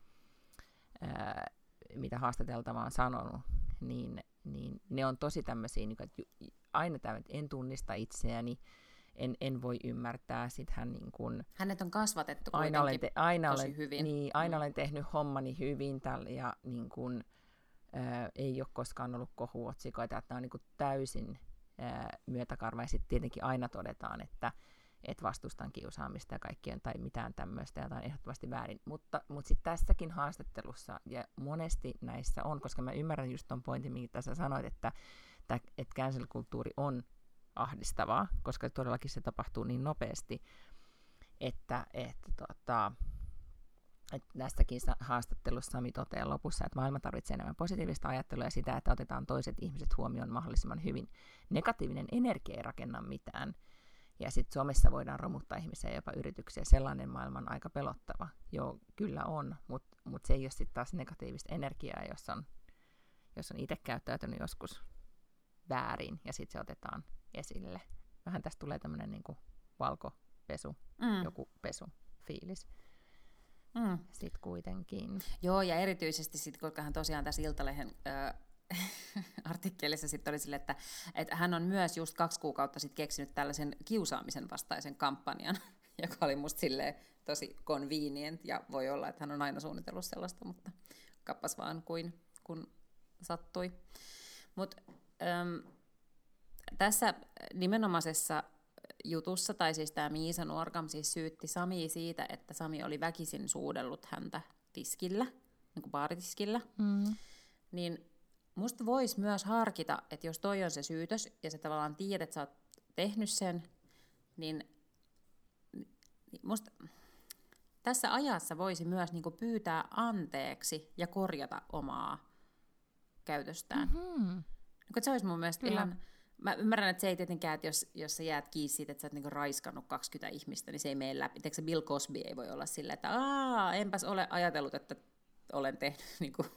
S2: mitä haastateltava on sanonut, niin ne on tosi tämmöisiä, niin kuin, että aina tämä, että en tunnista itseäni, en voi ymmärtää, sitten hän niin kuin,
S1: hänet on kasvatettu kuitenkin tosi hyvin.
S2: Niin, aina olen tehnyt hommani hyvin, ja niin kuin, ei ole koskaan ollut kohuotsikoita, että nämä on niin kuin täysin myötäkarva, ja sitten tietenkin aina todetaan, että vastustan kiusaamista ja kaikkien tai mitään tämmöistä, ja tämä on ehdottomasti väärin. Mutta sitten tässäkin haastattelussa, ja monesti näissä on, koska mä ymmärrän just ton pointin, minkä tässä sanoit, että cancel-kulttuuri on ahdistavaa, koska todellakin se tapahtuu niin nopeasti, että näissäkin haastattelussa Sami toteaa lopussa, että maailma tarvitsee enemmän positiivista ajattelua ja sitä, että otetaan toiset ihmiset huomioon mahdollisimman hyvin. Negatiivinen energia ei rakenna mitään. Ja sitten Suomessa voidaan romuttaa ihmisiä ja jopa yrityksiä. Sellainen maailma on aika pelottava. Joo, kyllä on, mutta se ei ole sitten taas negatiivista energiaa, jos on itse käyttäytynyt joskus väärin ja sitten se otetaan esille. Vähän tästä tulee tämmöinen niinku valkopesu, joku pesufiilis. Sitten kuitenkin.
S1: Joo, ja erityisesti sitten, koska hän tosiaan tässä Iltalehden artikkelissa sitten oli sille, että hän on myös just 2 kuukautta sitten keksinyt tällaisen kiusaamisen vastaisen kampanjan, joka oli musta silleen tosi convenient, ja voi olla, että hän on aina suunnitellut sellaista, mutta kappas vaan kun sattui. Mutta tässä nimenomaisessa jutussa, tai siis tämä Miisa Nuorgam siis syytti Samia siitä, että Sami oli väkisin suudellut häntä tiskillä, niin kuin baaritiskillä, niin musta voisi myös harkita, että jos toi on se syytös, ja sä tavallaan tiedät, että sä oot tehnyt sen, niin musta tässä ajassa voisi myös niinku pyytää anteeksi ja korjata omaa käytöstään. Se olisi mun mielestä ihan. Mä ymmärrän, että se ei tietenkään, että jos sä jäät kiinni siitä, että sä oot niinku raiskannut 20 ihmistä, niin se ei mene läpi. Teekö se Bill Cosby ei voi olla silleen, että enpäs ole ajatellut, että olen tehnyt niinku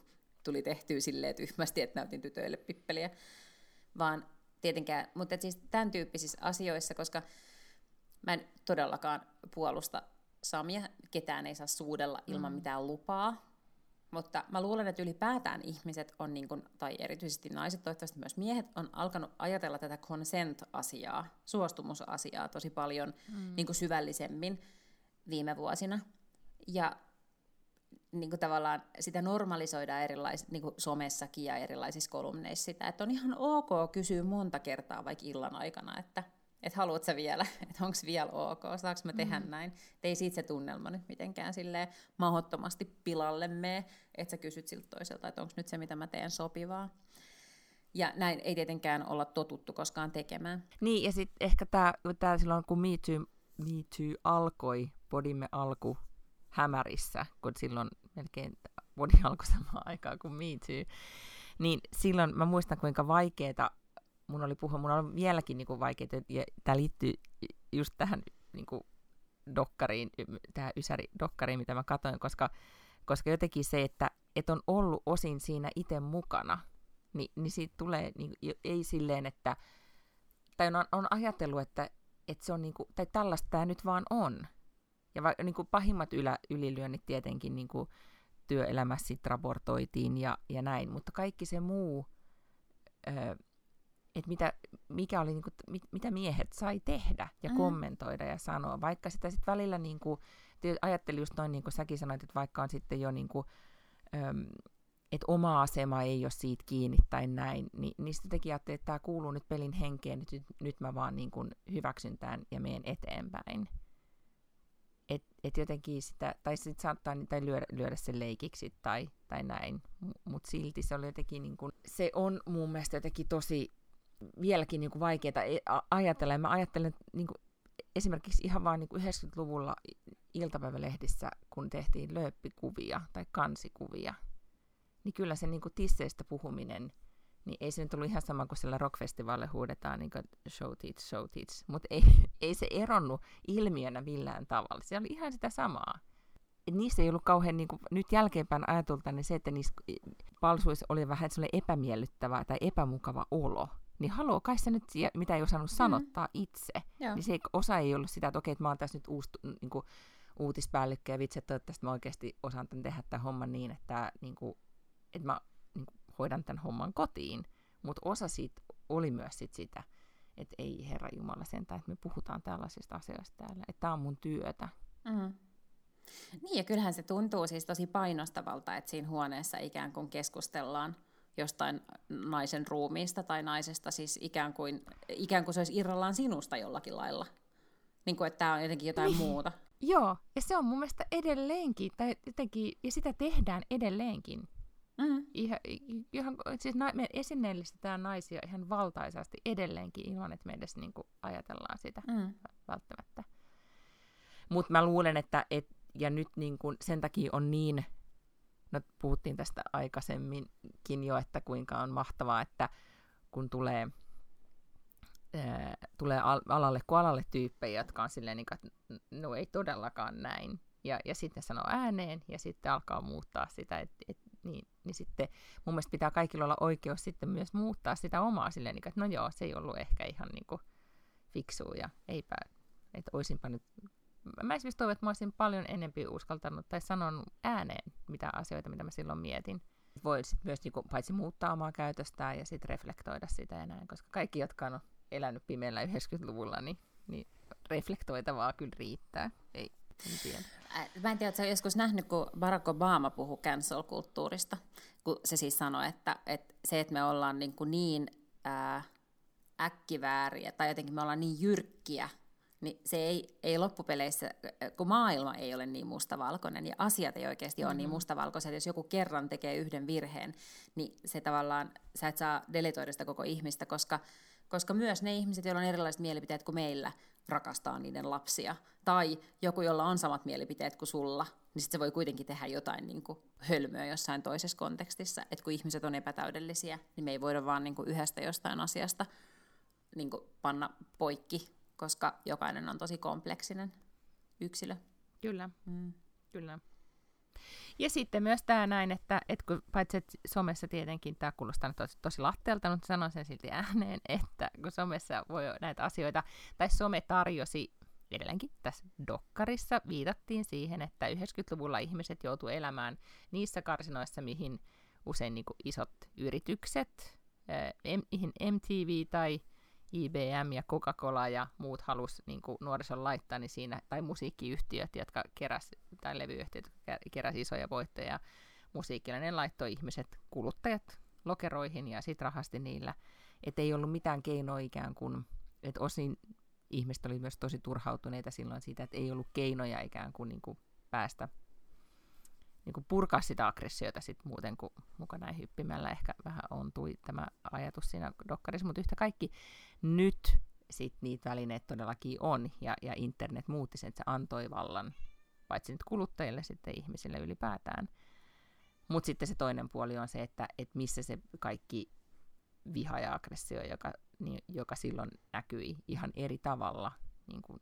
S1: tuli tehtyä silleen tyhmästi, että näytin tytöille pippeliä, vaan tietenkään, mutta siis tämän tyyppisissä asioissa, koska mä en todellakaan puolusta Samia, ketään ei saa suudella ilman mitään lupaa, mutta mä luulen, että ylipäätään ihmiset on, niin kuin, tai erityisesti naiset, toivottavasti myös miehet, on alkanut ajatella tätä consent-asiaa, suostumusasiaa tosi paljon niin kuin syvällisemmin viime vuosina. Ja niin kuin tavallaan sitä normalisoidaan niin kuin somessakin ja erilaisissa kolumneissa sitä, että on ihan ok kysyä monta kertaa vaikka illan aikana, että haluat sä vielä, että onko vielä ok, saanko mä tehdä näin. Et ei siitä se tunnelma nyt mitenkään silleen mahdottomasti pilalle mene, että sä kysyt siltä toiselta, että onko nyt se, mitä mä teen, sopivaa. Ja näin ei tietenkään olla totuttu koskaan tekemään.
S2: Niin, ja sitten ehkä tämä silloin, kun Me Too alkoi, Podimme alku hämärissä, kun silloin melkein Podi alkoi samaan aikaan kuin Me Too, niin silloin mä muistan, kuinka vaikeeta mun oli puhua. Mun on vieläkin niinku vaikeaa, ja tämä liittyy just tähän niinku dokkariin, tähän Ysäri-dokkariin, mitä mä katsoin, koska jotenkin se, että on ollut osin siinä itse mukana, niin siitä tulee, niinku, ei silleen, että, tai on ajatellut, että se on, niinku, tai tällaista tämä nyt vaan on. Ja niinku pahimmat ylilyönnit tietenkin niinku työelämässä sit raportoitiin ja näin, mutta kaikki se muu, että mikä oli, niinku, mitä miehet sai tehdä ja kommentoida ja sanoa, vaikka sitä sitten välillä niinku, ajattelin just noin, niin kuin säkin sanoit, että vaikka on sitten jo niinku, että oma asema ei ole siitä kiinni tai näin, niin sitten jotenkin ajattelin, että tämä kuuluu nyt pelin henkeen, nyt mä vaan niinku hyväksyn tämän ja menen eteenpäin. Et jotenkin sitä, tai sitten saattaa tai lyödä sen leikiksi tai näin, mutta silti se oli jotenkin, niinku, se on mun mielestä jotenkin tosi vieläkin niinku vaikeaa ajatella. Ja mä ajattelen, että niinku, esimerkiksi ihan vaan niinku 90-luvulla iltapäivälehdissä, kun tehtiin lööppikuvia tai kansikuvia, niin kyllä se niinku tisseistä puhuminen, niin ei se nyt ollut ihan sama kuin siellä rockfestivaalilla huudetaan niin show teach, mutta ei se eronnut ilmiönä millään tavalla. Se oli ihan sitä samaa. Et niissä ei ollut kauhean, niin kuin, nyt jälkeenpäin ajatulta, niin se, että niissä palsuissa oli vähän sellainen epämiellyttävä tai epämukava olo. Niin haloo, kai se nyt, mitä ei osannut sanottaa itse. Niin se osa ei ollut sitä, että okei, että mä oon tässä nyt uusi niin kuin, uutispäällikkö ja vitsi, että toivottavasti mä oikeasti osaan tehdä tämän homman niin, että, niin kuin, että mä niin kuin, hoidan tämän homman kotiin. Mutta osa siitä oli myös sitä, että ei Herra Jumala sentään, että me puhutaan tällaisista asioista täällä, että tämä on mun työtä.
S1: Niin, ja kyllähän se tuntuu siis tosi painostavalta, että siinä huoneessa ikään kuin keskustellaan jostain naisen ruumiista tai naisesta, siis ikään kuin se olisi irrallaan sinusta jollakin lailla. Niin kuin, että tämä on jotenkin jotain muuta.
S2: Joo, ja se on mun mielestä edelleenkin, tai jotenkin, ja sitä tehdään edelleenkin. Ihan, siis me esineellistetään naisia ihan valtaisasti edelleenkin ilman, että me edes niin kuin ajatellaan sitä välttämättä. Mutta mä luulen, että ja nyt niin kuin sen takia on niin, no puhuttiin tästä aikaisemminkin jo, että kuinka on mahtavaa, että kun tulee alalle tyyppejä, jotka on silleen, että no ei todellakaan näin. Ja sitten sanoo ääneen ja sitten alkaa muuttaa sitä, niin sitten mun mielestä pitää kaikilla olla oikeus sitten myös muuttaa sitä omaa silleen, että no joo, se ei ollut ehkä ihan niin kuin fiksua ja eipä, että olisinpa nyt. Mä esimerkiksi toivon, että mä olisin paljon enemmän uskaltanut tai sanonut ääneen mitä asioita, mitä mä silloin mietin. Voi sitten myös niin kuin, paitsi muuttaa omaa käytöstään ja sitten reflektoida sitä ja näin, koska kaikki, jotka on elänyt pimeällä 90-luvulla, niin reflektoitavaa kyllä riittää. En tiedä.
S1: Mä en tiedä, että sä joskus nähnyt, kun Barack Obama puhui cancel-kulttuurista, kun se siis sanoi, että se, että me ollaan niin äkkivääriä tai jotenkin me ollaan niin jyrkkiä, niin se ei loppupeleissä, kun maailma ei ole niin mustavalkoinen ja asiat ei oikeasti ole niin mustavalkoiset, jos joku kerran tekee yhden virheen, niin se tavallaan, sä et saa deletoida sitä koko ihmistä, koska myös ne ihmiset, joilla on erilaiset mielipiteet kuin meillä, rakastaa niiden lapsia. Tai joku, jolla on samat mielipiteet kuin sulla, niin sit se voi kuitenkin tehdä jotain niin kuin hölmöä jossain toisessa kontekstissa. Että kun ihmiset on epätäydellisiä, niin me ei voida vaan niin kuin yhdestä jostain asiasta niin kuin panna poikki, koska jokainen on tosi kompleksinen yksilö.
S2: Kyllä, kyllä. Ja sitten myös tämä näin, että kun paitsi että somessa tietenkin tämä kuulostaa nyt tosi latteelta, mutta sanon sen silti ääneen, että kun somessa voi näitä asioita, tai some tarjosi edelleenkin tässä dokkarissa, viitattiin siihen, että 90-luvulla ihmiset joutuu elämään niissä karsinoissa, mihin usein niin kuin isot yritykset, mihin MTV tai IBM ja Coca-Cola ja muut halus niin kuin nuorison laittaa, niin siinä, tai musiikkiyhtiöt, jotka tai levyyhtiöt, jotka keräsi isoja voittoja musiikilla, ne laittoi ihmiset, kuluttajat lokeroihin ja sit rahasti niillä. Että ei ollut mitään keinoa ikään kuin, että osin ihmiset oli myös tosi turhautuneita silloin siitä, että ei ollut keinoja ikään kuin, päästä niin purkaa sitä aggressiota sit muuten kuin mukana hyppimällä ehkä vähän ontui tämä ajatus siinä dokkarissa, mutta yhtä kaikki nyt sit niitä välineet todellakin on, ja internet muutti sen, että se antoi vallan, paitsi nyt kuluttajille, sitten ihmisille ylipäätään. Mutta sitten se toinen puoli on se, että missä se kaikki viha ja aggressio, joka silloin näkyi ihan eri tavalla, niin kuin,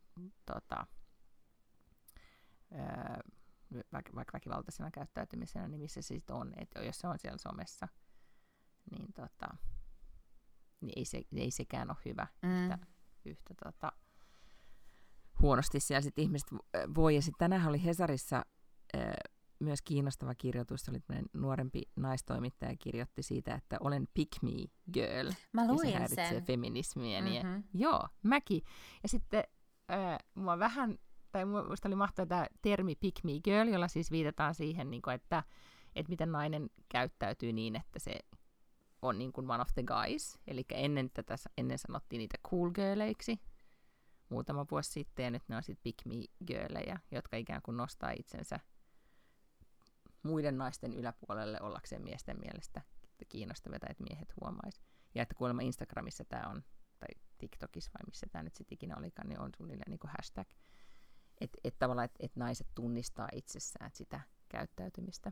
S2: vaikka väkivaltaisena käyttäytymisenä, niin missä se sitten on, että jos se on siellä somessa, niin, niin ei sekään ole hyvä yhtä huonosti siellä sitten ihmiset voi. Ja sitten tänään oli Hesarissa myös kiinnostava kirjoitus, se oli nuorempi naistoimittaja kirjoitti siitä, että olen pick me girl.
S1: Mä luin
S2: ja se häiritsee
S1: sen.
S2: Feminismiä. Joo, mäkin. Ja sitten mua vähän, tai minusta oli mahtava tämä termi pick me girl, jolla siis viitataan siihen, että miten nainen käyttäytyy niin, että se on niin kuin one of the guys. Eli ennen sanottiin niitä cool girleiksi muutama vuosi sitten, ja nyt ne on sitten pick me girlejä, jotka ikään kuin nostaa itsensä muiden naisten yläpuolelle ollakseen miesten mielestä kiinnostavia, että miehet huomaisi. Ja että kuulemma Instagramissa tämä on, tai TikTokissa vai missä tämä nyt sitten ikinä olikaan, niin on suunnilleen niin kuin hashtag. Että tavallaan, että naiset tunnistaa itsessään sitä käyttäytymistä.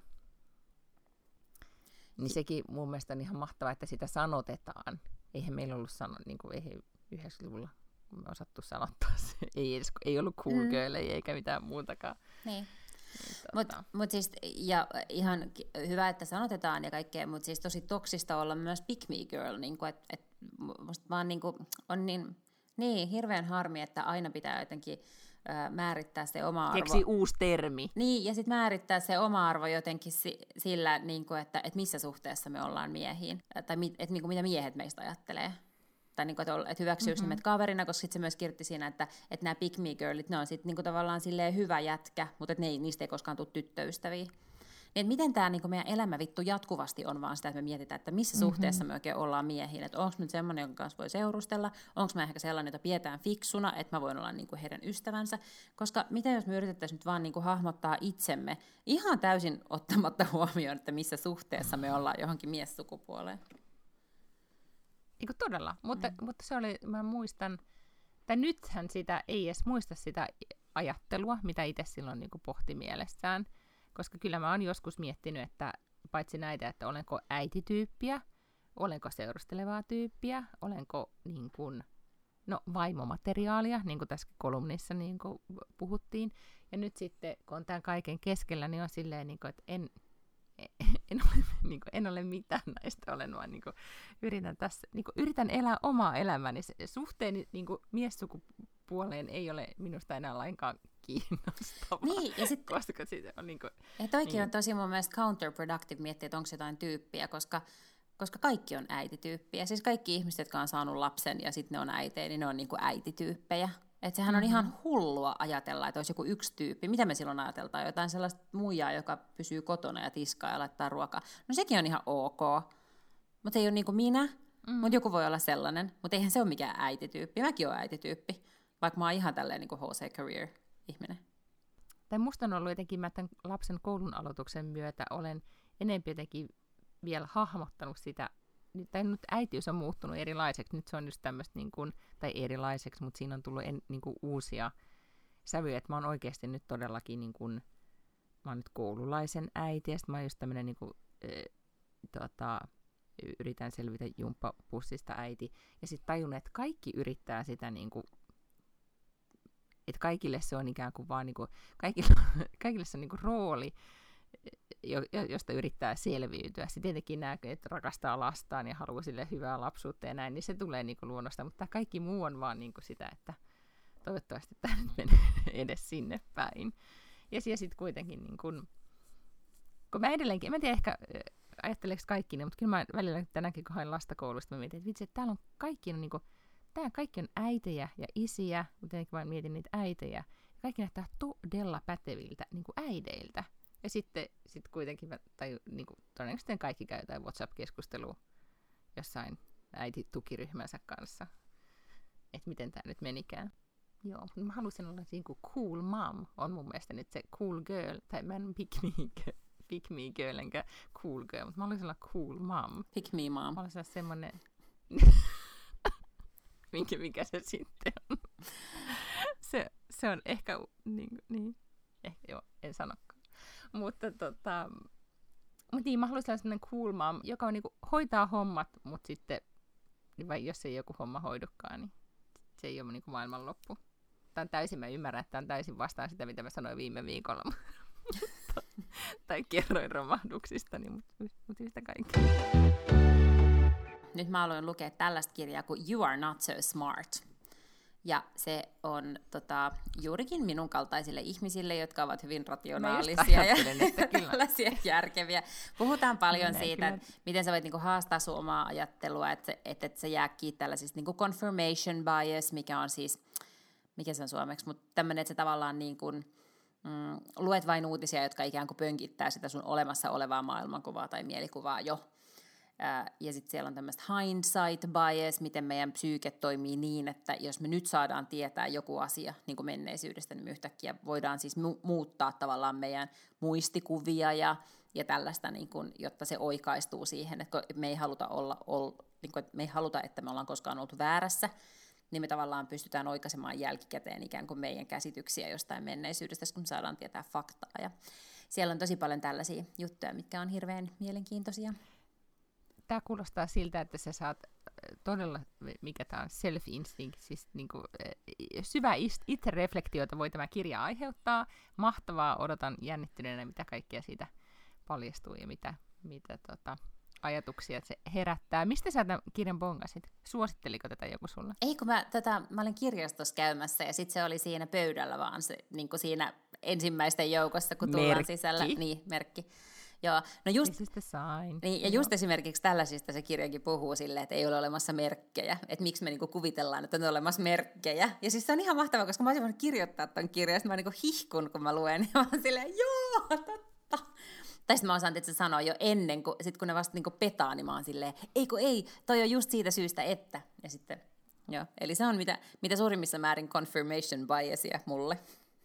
S2: Niin sekin mun mielestä on ihan mahtavaa, että sitä sanotetaan. Eihän meillä ollut niin kuin eihän 90-luvulla me osattu sanottaa se. Ei ollut cool girlejä eikä mitään muutakaan.
S1: Niin. Mut siis, ja ihan hyvä, että sanotetaan ja kaikkea, mutta siis tosi toksista olla myös pick me girl, niin että musta vaan niin kuin, on niin hirveän harmi, että aina pitää jotenkin määrittää se oma arvo.
S2: Keksi uusi termi.
S1: Niin, ja sitten määrittää se oma arvo jotenkin sillä, niin kuin, että missä suhteessa me ollaan miehiin, tai että niin kuin, mitä miehet meistä ajattelee. Tai niin kuin, että hyväksyykö ne meidät kaverina, koska sitten se myös kirjoitti siinä, että nämä pick me girlit, ne on sitten niin kuin tavallaan silleen hyvä jätkä, mutta niistä ei koskaan tule tyttöystäviä. Niin, miten tämä niin meidän elämä vittu jatkuvasti on vaan sitä, että me mietitään, että missä suhteessa me oikein ollaan miehiin. Että onko nyt semmoinen, jonka kanssa voi seurustella, onko mä ehkä sellainen, jota pidetään fiksuna, että mä voin olla niin kuin heidän ystävänsä. Koska mitä jos me yritettäisiin nyt vaan niin kuin hahmottaa itsemme ihan täysin ottamatta huomioon, että missä suhteessa me ollaan johonkin miessukupuoleen.
S2: Eikö todella, mutta se oli, mä muistan, tai nythän sitä ei edes muista sitä ajattelua, mitä itse silloin niin kuin pohti mielessään, koska kyllä mä oon joskus miettinyt, että paitsi näitä, että olenko äitityyppiä, olenko seurustelevaa tyyppiä, olenko niin kuin, vaimomateriaalia, niin kuin tässä kolumnissa niin kuin puhuttiin, ja nyt sitten, kun on tämän kaiken keskellä, niin on silleen, niin kuin, että en ole mitään näistä, olen vaan yritän elää omaa elämäni. Se suhteeni miessukupuoleen ei ole minusta enää lainkaan kiinnostavaa.
S1: Niin, ja sitten
S2: koska siitä on
S1: toikin on tosi mun mielestä counterproductive miettiä, että onko jotain tyyppiä, koska kaikki on äitityyppiä. Siis kaikki ihmiset, jotka on saanut lapsen ja sitten ne on äitejä, niin ne on niinku äitityyppejä. Että sehän on ihan hullua ajatella, että olisi joku yksi tyyppi. Mitä me silloin ajateltaan? Jotain sellaista muijaa, joka pysyy kotona ja tiskaa ja laittaa ruokaa. No sekin on ihan ok. Mutta ei ole niin kuin minä, mutta joku voi olla sellainen. Mutta eihän se ole mikään äitityyppi. Mäkin olen äitityyppi, vaikka mä oon ihan tälleen niin kuin HC Career-ihminen.
S2: Tai musta on ollut jotenkin, mä tämän lapsen koulun aloituksen myötä olen enemmän jotenkin vielä hahmottanut sitä, tai nyt äitiys on muuttunut erilaiseksi, nyt se on just tämmöistä, niin kuin, tai erilaiseksi, mutta siinä on tullut niin kuin uusia sävyjä, että mä oon oikeasti nyt todellakin, niin kuin, mä oon nyt koululaisen äiti, ja sitten mä oon just tämmöinen, niin kuin, yritän selvitä jumppapussista äiti, ja sitten tajun, että kaikki yrittää sitä, niin kuin, että kaikille se on ikään kuin vaan, niin kuin, kaikille se on niin kuin rooli, josta yrittää selviytyä. Se tietenkin näkee, että rakastaa lastaan ja haluaa sille hyvää lapsuutta ja näin, niin se tulee niin kuin luonnosta. Mutta kaikki muu on vaan niin kuin sitä, että toivottavasti tämä nyt menee edes sinne päin. Ja sitten kuitenkin, niin kun mä edelleenkin, en tiedä ehkä ajatteleeko kaikki ne, mutta kyllä mä välillä tänäänkin, kun hain lasta koulusta, mä mietin, että vitsi, että täällä on kaikki, niin kuin, tää kaikki on äitejä ja isiä, mutta mä mietin niitä äitejä, ja kaikki näyttää todella päteviltä niin kuin äideiltä. Ja sitten kuitenkin, tai niin kuin, todennäköisesti kaikki käy jotain WhatsApp-keskustelua jossain äititukiryhmänsä kanssa, että miten tämä nyt menikään. Joo, mutta mä haluaisin olla niin kuin cool mom, on mun mielestä nyt se cool girl, tai mä en pick me girl enkä cool girl, mutta mä haluaisin olla cool mom.
S1: Pick me mom.
S2: Mä haluaisin olla semmoinen, mikä se sitten on. Se on ehkä, niin, ehkä joo, en sanokaan. Mutta niin, mä haluaisin olla semmoinen cool mom, joka on niinku hoitaa hommat, mutta sitten, vai jos ei joku homma hoidukaan, niin se ei ole niinku maailmanloppu. Tämä on täysin, mä ymmärrän, että tämä on täysin vastaan sitä, mitä mä sanoin viime viikolla. Tai kerroin romahduksista, mutta yhtä kaikkea.
S1: Nyt mä aloin lukea tällaista kirjaa kuin You Are Not So Smart. Ja se on juurikin minun kaltaisille ihmisille, jotka ovat hyvin rationaalisia ja tällaisia järkeviä. Puhutaan paljon siitä, että miten sä voit niinku haastaa sun omaa ajattelua, että se jää kiinni tällaisista niinku confirmation bias, mikä on siis, mikä se on suomeksi, mutta tämmöinen, että se tavallaan niin kuin, luet vain uutisia, jotka ikään kuin pönkittää sitä sun olemassa olevaa maailmankuvaa tai mielikuvaa jo. Ja sitten siellä on tämmöistä hindsight bias, miten meidän psyyke toimii niin, että jos me nyt saadaan tietää joku asia niin kuin menneisyydestä, niin me yhtäkkiä voidaan siis muuttaa tavallaan meidän muistikuvia ja tällaista, niin kuin, jotta se oikaistuu siihen, että me ei haluta niin kuin, me ei haluta, että me ollaan koskaan oltu väärässä, niin me tavallaan pystytään oikaisemaan jälkikäteen ikään kuin meidän käsityksiä jostain menneisyydestä, kun me saadaan tietää faktaa. Ja siellä on tosi paljon tällaisia juttuja, mitkä on hirveän mielenkiintoisia.
S2: Tämä kuulostaa siltä, että sä saat todella, mikä tämä on, self-instinct, siis niinku, syvää itsereflektiota voi tämä kirja aiheuttaa. Mahtavaa, odotan jännittyneenä, mitä kaikkea siitä paljastuu ja mitä ajatuksia se herättää. Mistä sä tämän kirjan bongasit? Suositteliko tätä joku sulle?
S1: Ei, kun mä olin kirjastossa käymässä ja sitten se oli siinä pöydällä vaan se, niin kuin siinä ensimmäisten joukossa, kun tullaan sisällä. Niin, merkki. Joo, no just, niin, ja just esimerkiksi tällaisista se kirjakin puhuu silleen, että ei ole olemassa merkkejä, että miksi me niinku kuvitellaan, että on olemassa merkkejä. Ja siis se on ihan mahtavaa, koska mä olisin voinut kirjoittaa ton kirjan, ja sitten mä niinku hihkun, kun mä luen, ja mä oon silleen, joo, totta. Tai sitten mä osaan tietysti sanoa jo ennen, kun ne vasta niinku petaa, niin mä oon silleen, ei, toi on just siitä syystä, että. Ja sitten, joo, eli se on mitä suurimmissa määrin confirmation biasia mulle.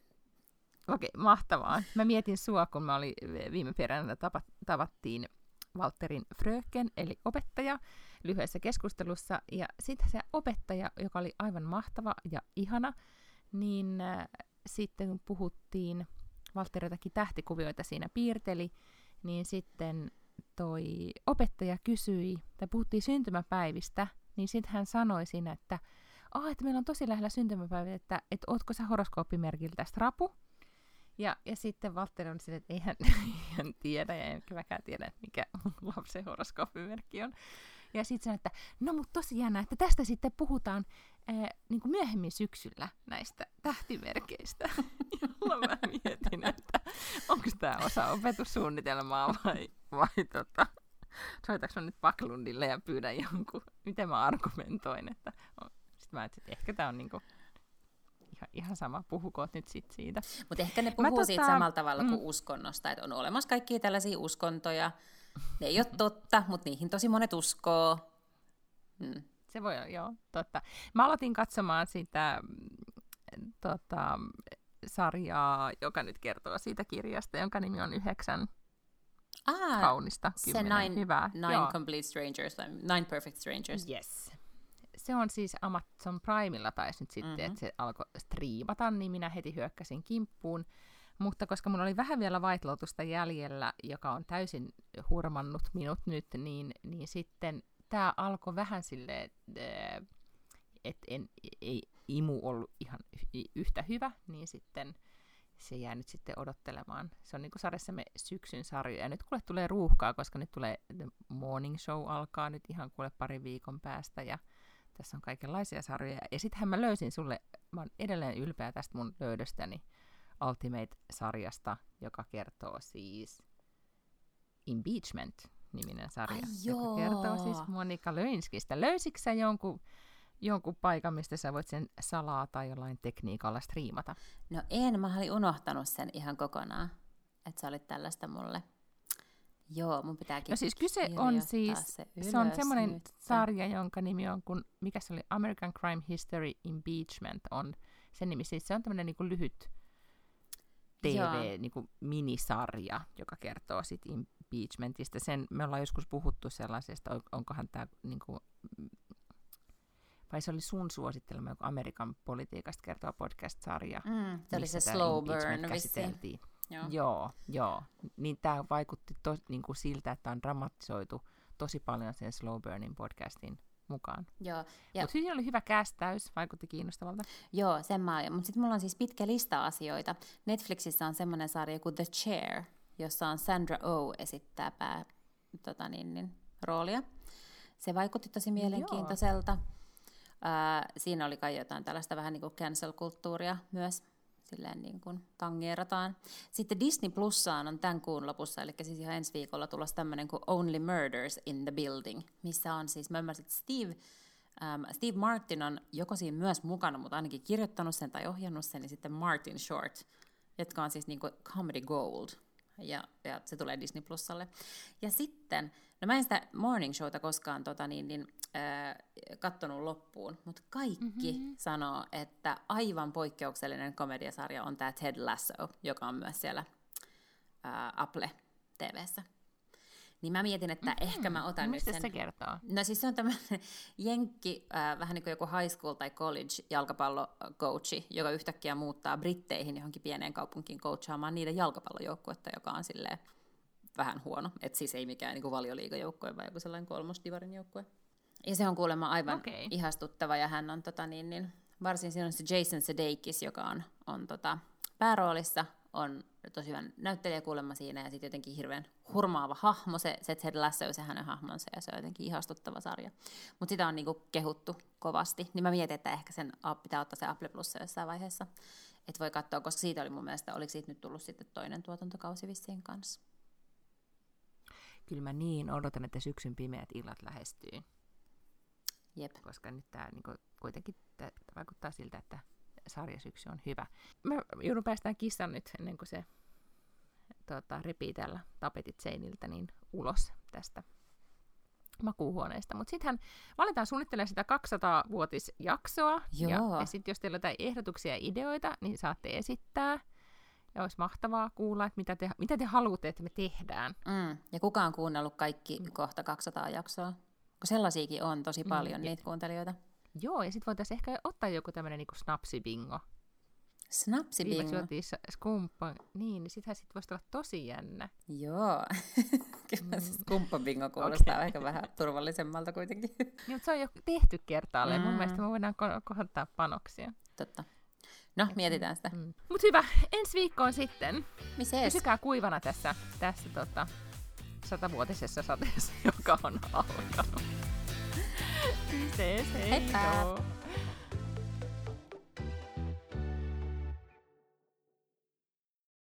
S2: Okei, mahtavaa. Mä mietin sua, kun mä olin viime perjantaina tavattiin Walterin fröken, eli opettaja, lyhyessä keskustelussa. Ja sitten se opettaja, joka oli aivan mahtava ja ihana, niin sitten kun puhuttiin, Walter jotakin tähtikuvioita siinä piirteli, niin sitten toi opettaja kysyi, tai puhuttiin syntymäpäivistä, niin sitten hän sanoi siinä, että meillä on tosi lähellä syntymäpäivät, että ootko sä horoskooppimerkiltä rapu? Ja sitten Walter on sille, että ei hän tiedä, ja enkä mäkään tiedä, että mikä lapsen horoskooppimerkki on. Ja sitten sanoi, että no mutta tosi jännä, että tästä sitten puhutaan niin kuin myöhemmin syksyllä näistä tähtimerkeistä. Jolla mä mietin, että onko tämä osa opetussuunnitelmaa vai soitaks mä nyt Paklundille ja pyydän jonkun, miten mä argumentoin. Sitten mä ajattelin, että ehkä tämä on niinku ihan sama, puhukoot nyt sit siitä.
S1: Mutta ehkä ne puhuu siitä samalla tavalla kuin uskonnosta, että on olemassa kaikkia tällaisia uskontoja. Ne ei ole totta, mutta niihin tosi monet uskoo.
S2: Se voi olla, joo, totta. Mä aloitin katsomaan sitä sarjaa, joka nyt kertoo siitä kirjasta, jonka nimi on 9 kaunista, 10 hyvää.
S1: Nine Complete Strangers, Nine Perfect Strangers.
S2: Yes. Se on siis Amazon Primella taisi nyt sitten, että se alkoi striimata, niin minä heti hyökkäsin kimppuun. Mutta koska mun oli vähän vielä White Lotusta jäljellä, joka on täysin hurmannut minut nyt, niin sitten tämä alkoi vähän silleen, että ei imu ollut ihan yhtä hyvä, niin sitten se jää nyt sitten odottelemaan. Se on niin kuin sarjassamme syksyn sarja. Ja nyt kuule tulee ruuhkaa, koska nyt tulee The Morning Show alkaa nyt ihan kuule parin viikon päästä. Ja tässä on kaikenlaisia sarjoja. Ja sittenhän mä löysin sulle, mä oon edelleen ylpeä tästä mun löydöstäni Ultimate-sarjasta, joka kertoo siis Impeachment-niminen sarja, joka kertoo siis Monica Lewinskistä. Löysitkö sä jonkun paikan, mistä sä voit sen salaa tai jollain tekniikalla striimata?
S1: No en, mä olin unohtanut sen ihan kokonaan, että sä olit tällaista mulle. Joo, mun pitääkin
S2: no siis kyse on siis, se on semmoinen sarja, jonka nimi on, mikä se oli, American Crime History Impeachment on sen nimi. Siis se on tämmöinen niin kuin lyhyt TV-minisarja, joka kertoo sit impeachmentista. Me ollaan joskus puhuttu sellaisesta, onkohan tämä, niinku, vai se oli sun suosittelema joku Amerikan politiikasta kertova podcast-sarja.
S1: Se oli se Slow Burn vissiin.
S2: Joo. Niin tämä vaikutti niinku siltä, että on dramatisoitu tosi paljon sen Slow Burnin podcastin mukaan. Mutta siinä oli hyvä kästäys, vaikutti kiinnostavalta.
S1: Joo, sen mä olin. Mutta sitten mulla on siis pitkä lista asioita. Netflixissä on semmoinen sarja kuin The Chair, jossa on Sandra Oh esittää roolia. Se vaikutti tosi mielenkiintoiselta. Siinä oli kai jotain tällaista vähän niin kuin cancel-kulttuuria myös. Silleen niin kuin tangeerataan. Sitten Disney Plussaan on tämän kuun lopussa, eli siis ihan ensi viikolla tulossa tämmöinen kuin Only Murders in the Building, missä on siis, mä ymmärsin, että Steve Martin on joko siinä myös mukana, mutta ainakin kirjoittanut sen tai ohjannut sen, ja sitten Martin Short, jotka on siis niin kuin comedy gold, ja se tulee Disney Plusalle. Ja sitten, no mä en sitä Morning Showta koskaan kattonut loppuun, mutta kaikki sanoo, että aivan poikkeuksellinen komediasarja on tämä Ted Lasso, joka on myös siellä Apple TV:ssä. Niin mä mietin, että ehkä mä otan nyt sen.
S2: Mistä se kertoo?
S1: No siis se on tämmöinen jenkki, vähän niin kuin joku high school tai college jalkapallocoachi, joka yhtäkkiä muuttaa Britteihin johonkin pieneen kaupunkiin coachaamaan niiden jalkapallojoukkuetta, joka on silleen vähän huono. Että siis ei mikään niin kuin valioliigajoukkue, vaan joku sellainen kolmosdivarin joukkue. Ja se on kuulemma aivan ihastuttava, ja hän on varsin siinä on se Jason Sudeikis, joka on pääroolissa, on tosi hyvä näyttelijä kuulemma siinä, ja sitten jotenkin hirveän hurmaava hahmo, se Ted Lasso, se hänen hahmonsa, ja se on jotenkin ihastuttava sarja. Mutta sitä on niinku kehuttu kovasti, niin mä mietin, että ehkä sen pitää ottaa se Apple Plussa jossain vaiheessa, että voi katsoa, koska siitä oli mun mielestä, oliko siitä nyt tullut sitten toinen tuotantokausi vissiin kanssa.
S2: Kyllä mä niin odotan, että syksyn pimeät illat lähestyy.
S1: Jep.
S2: Koska nyt tämä niinku, kuitenkin vaikuttaa siltä, että sarjasyksy on hyvä. Mä joudun päästään kissan nyt ennen kuin se repii täällä tapetit seiniltä niin ulos tästä makuuhuoneesta. Mutta sittenhän valitaan suunnittelemaan sitä 200-vuotisjaksoa. Ja sitten jos teillä on jotain ehdotuksia ja ideoita, niin saatte esittää. Ja olisi mahtavaa kuulla, että mitä te haluatte, että me tehdään.
S1: Ja kuka on kuunnellut kaikki kohta 200 jaksoa? Kun sellaisiakin on tosi paljon niitä kuuntelijoita.
S2: Joo, ja sitten voitaisiin ehkä ottaa joku tämmöinen niin snapsibingo.
S1: Snapsibingo?
S2: Viimeksi skumppa. Niin sittenhän sit voisi olla tosi jännä.
S1: Joo. Kyllä skumppabingo kuulostaa ehkä vähän turvallisemmalta kuitenkin.
S2: Niin, mutta se on jo tehty kertaalleen. Mun mielestä me voidaan kohottaa panoksia.
S1: Totta. No, mietitään sitä.
S2: Mutta hyvä, ensi viikkoon sitten.
S1: Mises?
S2: Pysykää kuivana tässä 100-vuotisessa sateessa, joka on alkanut. Mises, hei.
S1: Heippa!